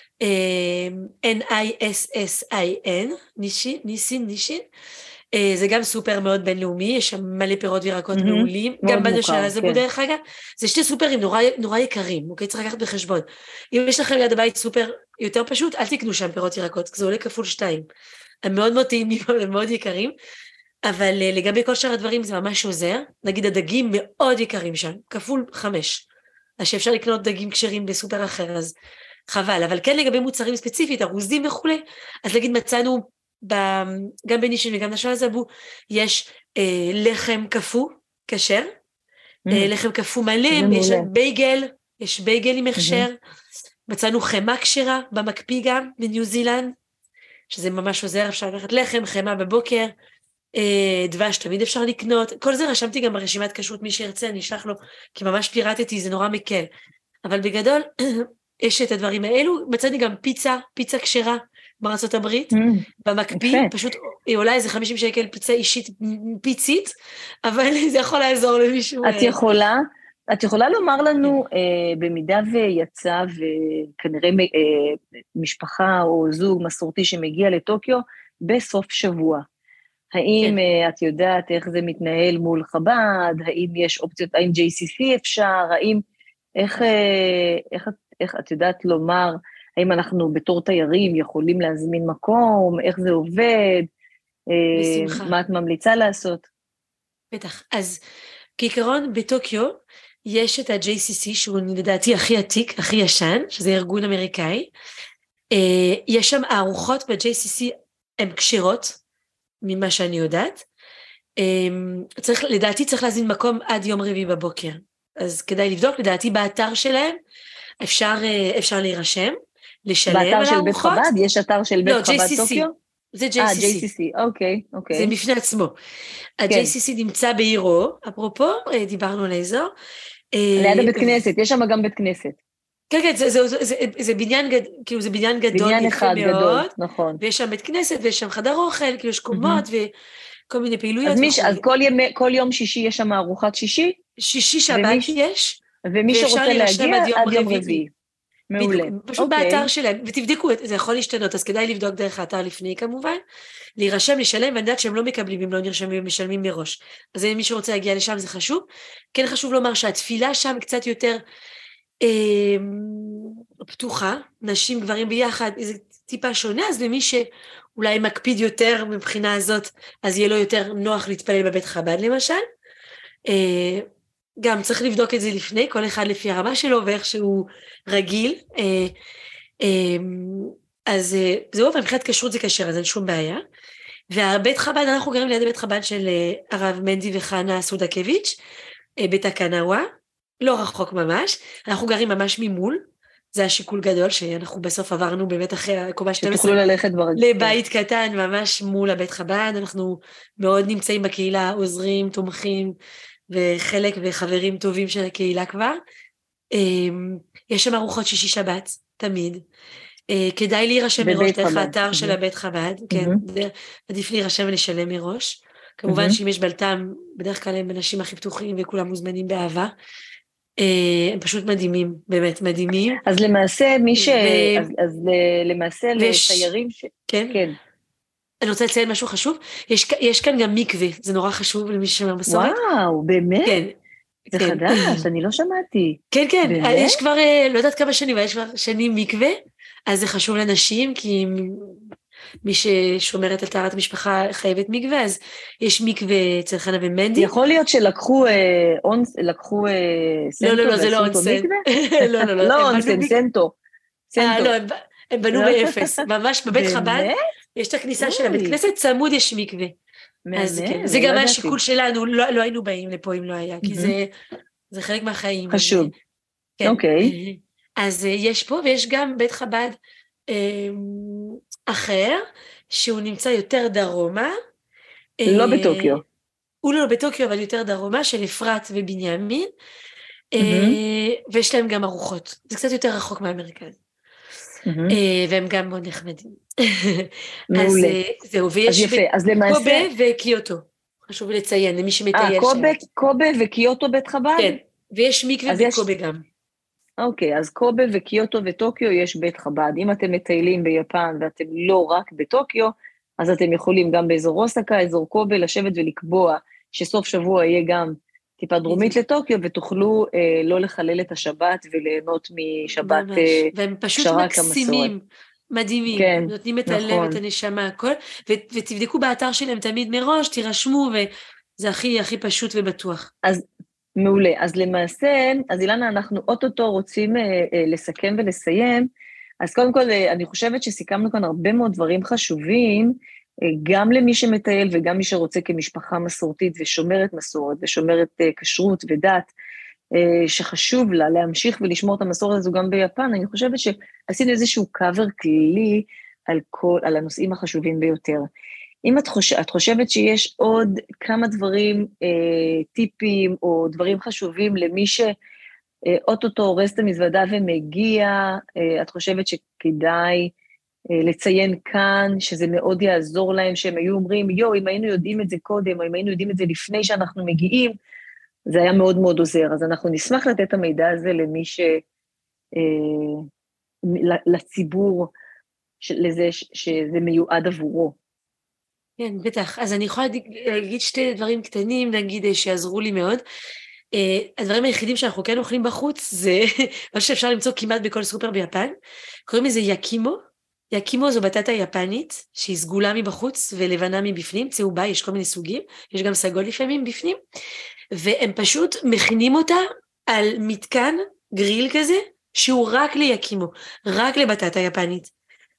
N-I-S-S-I-N, נישין, זה גם סופר מאוד בינלאומי, יש שם מלא פירות וירקות מעולים, גם בנושא הזבו דרך אגב, זה שתי סופרים נורא יקרים, אוקיי, צריך לקחת בחשבון. אם יש לכם ליד הבית סופר יותר פשוט, אל תקנו שם פירות וירקות, זה עולה כפול 2. הם מאוד מאוד טעימים, הם מאוד יקרים, אבל לגבי כל שאר הדברים זה ממש עוזר, נגיד הדגים מאוד יקרים שם, כפול 5, אז שאפשר לקנות דגים כשרים בסופר אחר, אז חבל, אבל כן לגבי מוצרים ספציפית, ארוזים וכו', אז נגיד מצאנו, גם בנישין וגם נשל הזבו, יש לחם קפוא, כשר, לחם קפוא מלא, יש בייגל עם הכשר, מצאנו חמה כשרה, במקפיא גם, בניו זילנד, שזה ממש עוזר, אפשר לקחת לחם, חמה בבוקר, דבש תמיד אפשר לקנות, כל זה רשמתי גם ברשימת כשרות, מי שירצה, אני אשלח לו, כי ממש פירטתי, זה נורא מקל, אבל בגדול, יש את הדברים האלו, מצאתי גם פיצה כשרה בארצות הברית, במקפיא, פשוט היא עולה איזה 50 שקל פיצה אישית פיצית, אבל זה יכול לעזור למישהו. את יכולה לומר לנו, במידה ויצא וכנראה משפחה או זוג מסורתי שמגיע לטוקיו בסוף שבוע, האם את יודעת איך זה מתנהל מול חב"ד, האם יש אופציות, האם JCC אפשר, האם, איך את יודעת לומר, האם אנחנו בתור תיירים יכולים להזמין מקום, איך זה עובד, מה את ממליצה לעשות? בטח, אז כעיקרון בטוקיו יש את ה-JCC שהוא לדעתי הכי עתיק, הכי ישן, שזה ארגון אמריקאי, יש שם הארוחות ב-JCC הן קשירות, ממה שאני יודעת, לדעתי צריך להזמין מקום עד יום רביעי בבוקר, אז כדאי לבדוק, לדעתי באתר שלהם אפשר להירשם, לשלם על הארוחות. באתר של בית חב"ד? יש אתר של בית חב"ד טוקיו? זה JCC. אוקיי. זה בפני עצמו. ה-JCC נמצא בעירו, אפרופו, דיברנו על האזור. ליד הבית כנסת, יש שם גם בית כנסת. כן, זה בניין גדול, כאילו זה בניין גדול, בניין אחד גדול, נכון. ויש שם בית כנסת, ויש שם חדר אוכל, כאילו יש קומות, וכל מיני פעילויות. אז כל יום שישי יש שם ארוחת שישי? שישי שבת יש. ומי שרוצה להגיע עד יום רביעי. מעולה. פשוט באתר שלהם, ותבדקו, זה יכול להשתנות, אז כדאי לבדוק דרך האתר לפני כמובן, להירשם, לשלם, ואני יודעת שהם לא מקבלים, אם לא נרשמים ומשלמים מראש. אז מי שרוצה להגיע לשם זה חשוב. כן חשוב לומר שהתפילה שם קצת יותר פתוחה, נשים גברים ביחד, זה טיפה שונה, אז למי שאולי מקפיד יותר מבחינה הזאת, אז יהיה לו יותר נוח להתפלל בבית חב"ד למשל. גם צריך לבדוק את זה לפני, כל אחד לפי הרמה שלו ואיך שהוא רגיל, אז זהו, ומבחינת כשרות זה כשר, אז אין שום בעיה. והבית חב"ד, אנחנו גרים ליד בית חב"ד של הרב מנדי וחנה סודקביץ', בית הקנאווה, לא רחוק ממש, אנחנו גרים ממש ממול, זה השיקול גדול שאנחנו בסוף עברנו באמת אחרי הקומה 12, לבית קטן ממש מול הבית חב"ד, אנחנו מאוד נמצאים בקהילה, עוזרים, תומכים, וחלק וחברים טובים של הקהילה כבר, יש שם ארוחות שישי שבת, תמיד, כדאי להירשם מראש דרך האתר של הבית חב"ד, כן, עדיף להירשם ולשלם מראש, כמובן שאם יש בלתם, בדרך כלל הם אנשים הכי פתוחים וכולם מוזמנים באהבה, הם פשוט מדהימים, באמת מדהימים. אז למעשה למעשה לתיירים כן. אני רוצה לציין משהו חשוב, יש כאן גם מקווה, זה נורא חשוב למי ששומר מסורת. וואו, באמת? כן. זה חדש, אני לא שמעתי. כן, יש כבר, לא יודעת כמה שנים, אבל יש כבר שנים מקווה, אז זה חשוב לנשים, כי מי ששומרת על טהרת המשפחה חייבת מקווה, אז יש מקווה אצל חנה ומנדי. יכול להיות שלקחו סנטו, לא, זה לא אונסן. לא אונסן, סנטו. לא, הם בנו באפס, ממש בבית חב"ד, יש את הכניסה של הבית כנסת, צמוד יש מקווה. אז כן, זה גם היה שיקול שלנו, לא היינו באים לפה אם לא היה, כי זה חלק מהחיים. חשוב. אוקיי. אז יש פה, ויש גם בית חב"ד אחר, שהוא נמצא יותר דרומה. לא בטוקיו. הוא לא בטוקיו, אבל יותר דרומה, של אפרת ובנימין, ויש להם גם ארוחות. זה קצת יותר רחוק מהמרכז. והם גם מאוד נחמדים. מעולה. אז זהו, ויש קובה וקיוטו. חשוב לציין, למי שמטייל שם. קובה וקיוטו בית חב"ד? כן, ויש מקווה בקובה גם. אוקיי, אז קובה וקיוטו וטוקיו יש בית חב"ד. אם אתם מטיילים ביפן ואתם לא רק בטוקיו, אז אתם יכולים גם באזור אוסקה, אזור קובה, לשבת ולקבוע שסוף שבוע יהיה גם טיפה דרומית לטוקיו, ותוכלו לא לחלל את השבת וליהנות משבת והם פשוט מקסימים, מדהימים, כן, נותנים את הלב, את הנשמה, הכל, ותבדקו באתר שלהם תמיד מראש, תירשמו, וזה הכי הכי פשוט ובטוח. אז מעולה, אז למעשה, אז אילנה, אנחנו אוטוטו רוצים לסכם ולסיים, אז קודם כל, אני חושבת שסיכמנו כאן הרבה מאוד דברים חשובים, גם למי שמטייל וגם מי שרוצה כמשפחה מסורתית ושומרת מסורת ושומרת כשרות ודת, שחשוב לה להמשיך ולשמור את המסורת הזו גם ביפן. אני חושבת שעשינו איזשהו קאבר כללי על הנושאים החשובים ביותר. אם את חושבת שיש עוד כמה דברים, טיפים או דברים חשובים למי שאוטוטו הורס את המזוודה ומגיע, את חושבת שכדאי לציין כאן, שזה מאוד יעזור להם, שהם היו אומרים, אם היינו יודעים את זה קודם, או אם היינו יודעים את זה לפני שאנחנו מגיעים, זה היה מאוד מאוד עוזר. אז אנחנו נשמח לתת את המידע הזה למי לציבור, לזה שזה מיועד עבורו. כן, בטח. אז אני יכולה להגיד שתי דברים קטנים, נגיד, שיעזרו לי מאוד. הדברים היחידים שאנחנו כן אוכלים בחוץ, זה מה שאפשר למצוא כמעט בכל סופר ביפן, קוראים לזה יקימו. יקימו זו בטטה יפנית, שהיא סגולה מבחוץ ולבנה מבפנים, צהובה, יש כל מיני סוגים, יש גם סגול לפעמים בפנים, והם פשוט מכינים אותה על מתקן גריל כזה, שהוא רק ליקימו, רק לבטטה יפנית,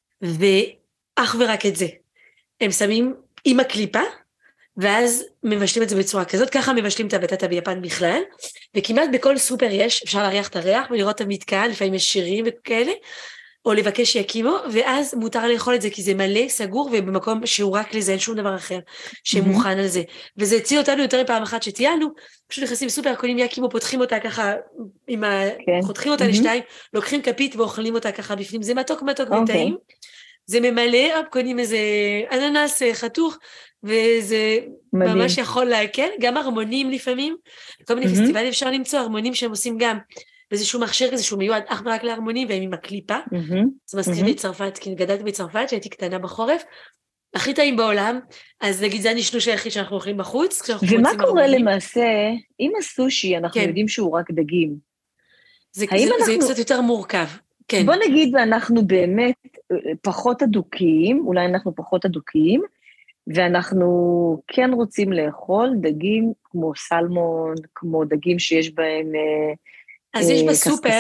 ואך ורק את זה. הם שמים עם הקליפה, ואז מבשלים את זה בצורה כזאת, ככה מבשלים את הבטטה ביפן בכלל, וכמעט בכל סופר אפשר להריח את הריח ולראות את המתקן, לפעמים יש שירים וכאלה, או לבקש יקימו, ואז מותר לאכול את זה, כי זה מלא, סגור, ובמקום שהוא רק לזה, אין שום דבר אחר שמוכן על זה. וזה הציע אותנו יותר מפעם אחת שטיילנו, פשוט נכנסים סופר, קונים יקימו, פותחים אותה ככה, חותכים אותה לשתיים, לוקחים כפית ואוכלים אותה ככה בפנים, זה מתוק וטעים, זה ממלא, קונים איזה אננס חתוך, וזה ממש יכול להקל, גם הרמונים לפעמים, כל מיני פסטיבלים אפשר למצוא, הרמונים שהם עושים גם, באיזשהו מכשיר כזה שהוא מיועד אך ורק להרמונים, והם עם הקליפה, זה מזכיר לי צרפת, כי גדלתי בצרפת, שהייתי קטנה בחורף, הכי טעים בעולם, אז נגיד זה הנשנוש היחיד שאנחנו אוכלים בחוץ, ומה קורה למעשה, עם הסושי, אנחנו יודעים שהוא רק דגים. זה קצת יותר מורכב, כן. בוא נגיד, ואנחנו באמת פחות אדוקים, אולי אנחנו פחות אדוקים, ואנחנו כן רוצים לאכול דגים כמו סלמון, כמו דגים שיש בהם אז יש בסופר,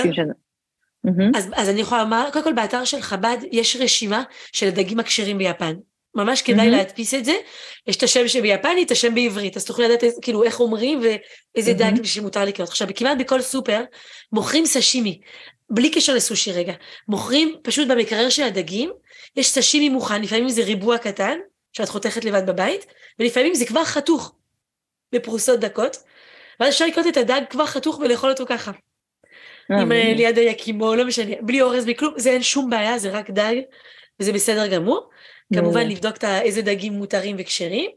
אז אני יכולה לומר, קודם כל באתר של חב"ד יש רשימה של הדגים הכשרים ביפן, ממש כדאי להדפיס את זה, יש את השם שביפנית, את השם בעברית, אז תוכלו לדעת כאילו איך אומרים ואיזה דג שמותר לקנות. עכשיו, כמעט בכל סופר מוכרים סשימי, בלי קשר לסושי רגע, מוכרים פשוט במקרר של הדגים, יש סשימי מוכן, לפעמים זה ריבוע קטן, שאת חותכת לבד בבית, ולפעמים זה כבר חתוך, בפרוסות דקות, ואז אפשר לקנות את הדג כבר חתוך ולאכול אותו ככה. עם ליד היקימו, לא משנה, בלי אורז, בלי כלום, זה אין שום בעיה, זה רק דג, וזה בסדר גמור. כמובן לבדוק איזה דגים מותרים וכשרים.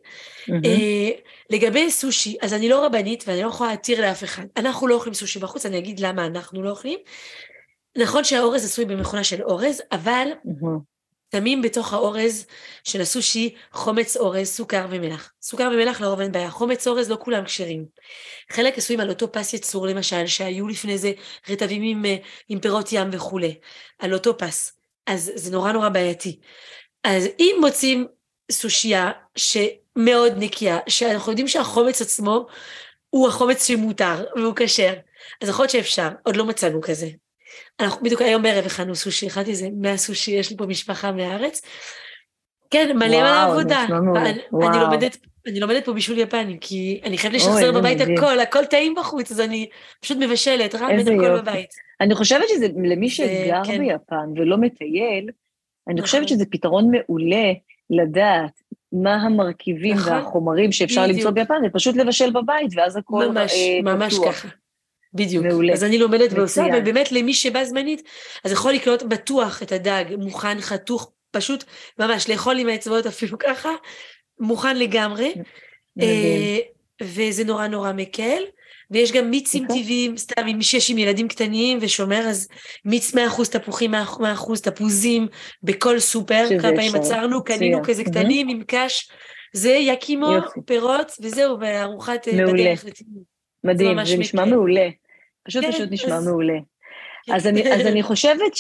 לגבי סושי, אז אני לא רבנית, ואני לא יכולה להתיר לאף אחד. אנחנו לא אוכלים סושי בחוץ, אני אגיד למה אנחנו לא אוכלים. נכון שהאורז עשוי במכונה של אורז, אבל שמים בתוך האורז של הסושי חומץ אורז, סוכר ומלח. סוכר ומלח לרוב אין בעיה, חומץ אורז לא כולם כשרים. חלק עשויים על אותו פס יצור למשל, שהיו לפני זה רטבים עם פירות ים וכו', על אותו פס. אז זה נורא נורא בעייתי. אז אם מוצאים סושייה שמאוד נקייה, שאנחנו יודעים שהחומץ עצמו הוא החומץ שמותר והוא כשר, אז יכול להיות שאפשר, עוד לא מצאנו כזה. אנחנו בדיוק היום בערב הכנו סושי, הכנתי איזה 100 סושי, יש לי פה משפחה מהארץ, כן, מלא עבודה, אני לומדת אני לומדת פה בישול יפני, כי אני חייבת לשחזר בבית הכל טעים בחוץ, אז אני פשוט מבשלת, רמת הכל בבית. אני חושבת שזה, למי שגר ביפן ולא מטייל, אני חושבת שזה פתרון מעולה לדעת מה המרכיבים והחומרים שאפשר למצוא ביפן, ופשוט לבשל בבית, ואז הכל ממש ככה. בדיוק. אז אני לומדת ועושה, ובאמת למי שבא זמנית, אז יכול לקנות בטוח את הדג, מוכן, חתוך, פשוט ממש לאכול עם האצבעות אפילו ככה, מוכן לגמרי, וזה נורא נורא מקל, ויש גם מיצים טבעיים, סתם מי שיש עם ילדים קטנים ושומר, אז מיץ 100% תפוחים, 100% תפוזים, בכל סופר, כמה פעמים עצרנו, קנינו כזה קטנים עם קש, זה יקימו, פירות, וזהו, בארוחת בדרך. מדהים, זה נשמע מעולה, פשוט נשמע מעולה. אז אני חושבת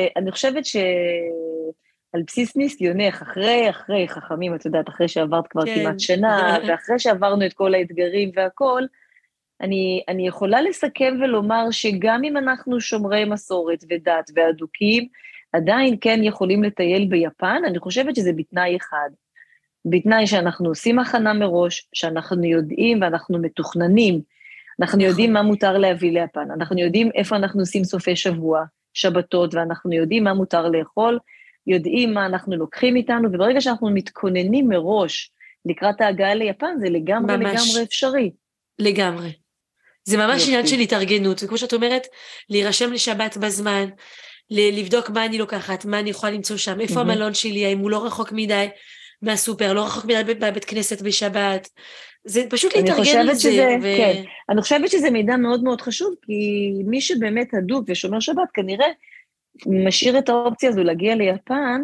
על בסיס ניסיונך, אחרי חכמים, את יודעת, אחרי שעברת כבר כמעט שנה, ואחרי שעברנו את כל האתגרים והכל, אני יכולה לסכם ולומר שגם אם אנחנו שומרי מסורת ודת ואדוקים, עדיין כן יכולים לטייל ביפן, אני חושבת שזה בתנאי אחד, בתנאי שאנחנו עושים הכנה מראש, שאנחנו יודעים ואנחנו מתוכננים, אנחנו יודעים מה מותר להביא ליפן, אנחנו יודעים איפה אנחנו עושים סופי שבוע, שבתות, ואנחנו יודעים מה מותר לאכול, יודעים מה אנחנו לוקחים איתנו, וברגע שאנחנו מתכוננים מראש לקראת ההגעה ליפן, זה לגמרי אפשרי. לגמרי. זה ממש עניין של התארגנות, וכמו שאת אומרת, להירשם לשבת בזמן, לבדוק מה אני לוקחת, מה אני יכולה למצוא שם, איפה המלון שלי, האם הוא לא רחוק מדי מהסופר, לא רחוק מדי בבית כנסת בשבת, זה פשוט להתארגן לזה. כן, אני חושבת שזה מידע מאוד מאוד חשוב, כי מי שבאמת הדוק ושומר שבת, כנראה משאיר את האופציה הזו להגיע ליפן,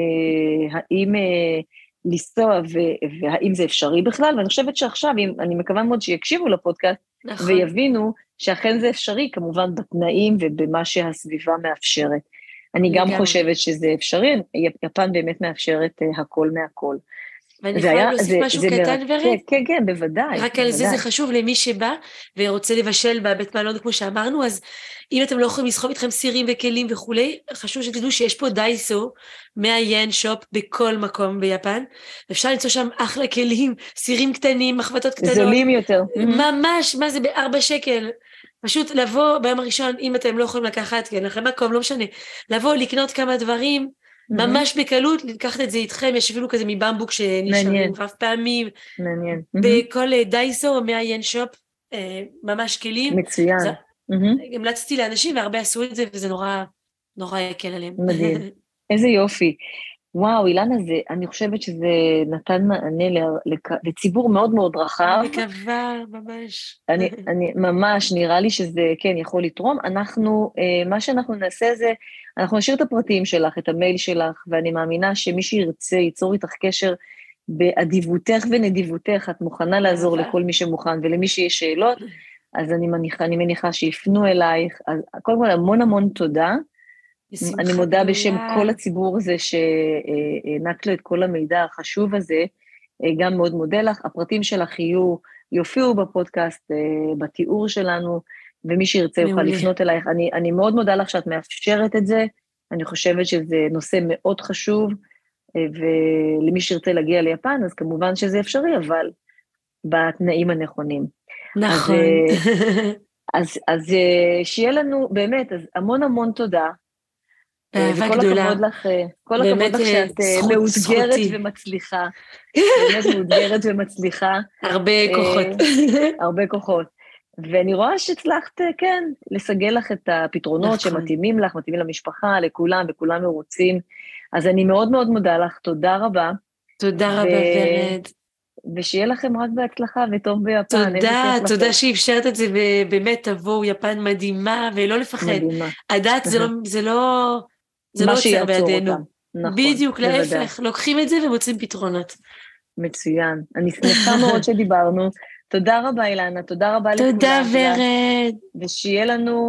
האם לנסוע והאם זה אפשרי בכלל, ואני חושבת שעכשיו, אני מקווה מאוד שיקשיבו לפודקאסט, ויבינו שאכן זה אפשרי, כמובן בתנאים ובמה שהסביבה מאפשרת. אני גם חושבת שזה אפשרי, יפן באמת מאפשרת הכל מהכל. ואני יכולה להוסיף משהו קטן ורד? כן, בוודאי. רק על זה חשוב למי שבא ורוצה לבשל בבית מלון, כמו שאמרנו, אז אם אתם לא יכולים לסחוב איתכם סירים וכלים וכולי, חשוב שתדעו שיש פה דייסו, 100 ין שופ בכל מקום ביפן, ואפשר למצוא שם אחלה כלים, סירים קטנים, מחבטות קטנות. זולים יותר. ממש, מה זה ב4 שקל? פשוט לבוא ביום הראשון, אם אתם לא יכולים לקחת, כן, לכם מקום, לא משנה, לבוא, לקנות כמה דברים, ממש בקלות, לקחת את זה איתכם, יש אפילו כזה מבמבוק שנשארים רב פעמים, בכל דייסו, 100 ין שופ, ממש כלים. מצוין. המלצתי לאנשים, והרבה עשו את זה, וזה נורא יקל עליהם. מדהים. איזה יופי. וואו, אילנה, אני חושבת שזה נתן מענה לציבור מאוד מאוד רחב. אני מקווה, ממש. אני ממש, נראה לי שזה כן יכול לתרום. מה שאנחנו נעשה זה, אנחנו נשאיר את הפרטים שלך, את המייל שלך, ואני מאמינה שמי שירצה ייצור איתך קשר באדיבותך ונדיבותך, את מוכנה לעזור לכל מי שמוכן, ולמי שיש שאלות, אז אני מניחה שיפנו אלייך. אז קודם כל, המון תודה. אני מודה בשם כל הציבור הזה שהענקת לו את כל המידע החשוב הזה, גם מאוד מודה לך, הפרטים שלך יופיעו בפודקאסט, בתיאור שלנו, ומי שירצה יוכל לפנות אלייך. אני מאוד מודה לך שאת מאפשרת את זה, אני חושבת שזה נושא מאוד חשוב, ולמי שירצה להגיע ליפן, אז כמובן שזה אפשרי, אבל בתנאים הנכונים. נכון. אז שיהיה לנו, באמת, אז המון תודה, וכל הכבוד לך, שאת מאותגרת ומצליחה, באמת מאותגרת ומצליחה. הרבה כוחות. ואני רואה שהצלחת, כן, לסגל לך את הפתרונות שמתאימים לך, מתאימים למשפחה, לכולם, וכולם מרוצים. אז אני מאוד מאוד מודה לך, תודה רבה. תודה רבה, ורד. ושיהיה לכם רק בהצלחה וטוב ביפן. תודה שאפשרת את זה, ובאמת תבואו, יפן מדהימה, ולא לפחד. הדת זה לא עוצר בידינו. בדיוק, להפך, לוקחים את זה ומוצאים פתרונות. מצוין. אני שמחה מאוד שדיברנו. תודה רבה, אילנה, תודה רבה לכולם. תודה, ורד. ושיהיה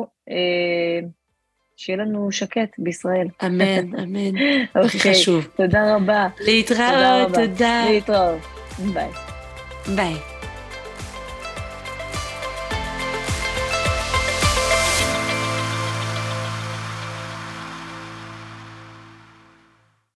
לנו שקט בישראל. אמן. הכי חשוב. תודה רבה. להתראות, תודה. להתראות. ביי. ביי.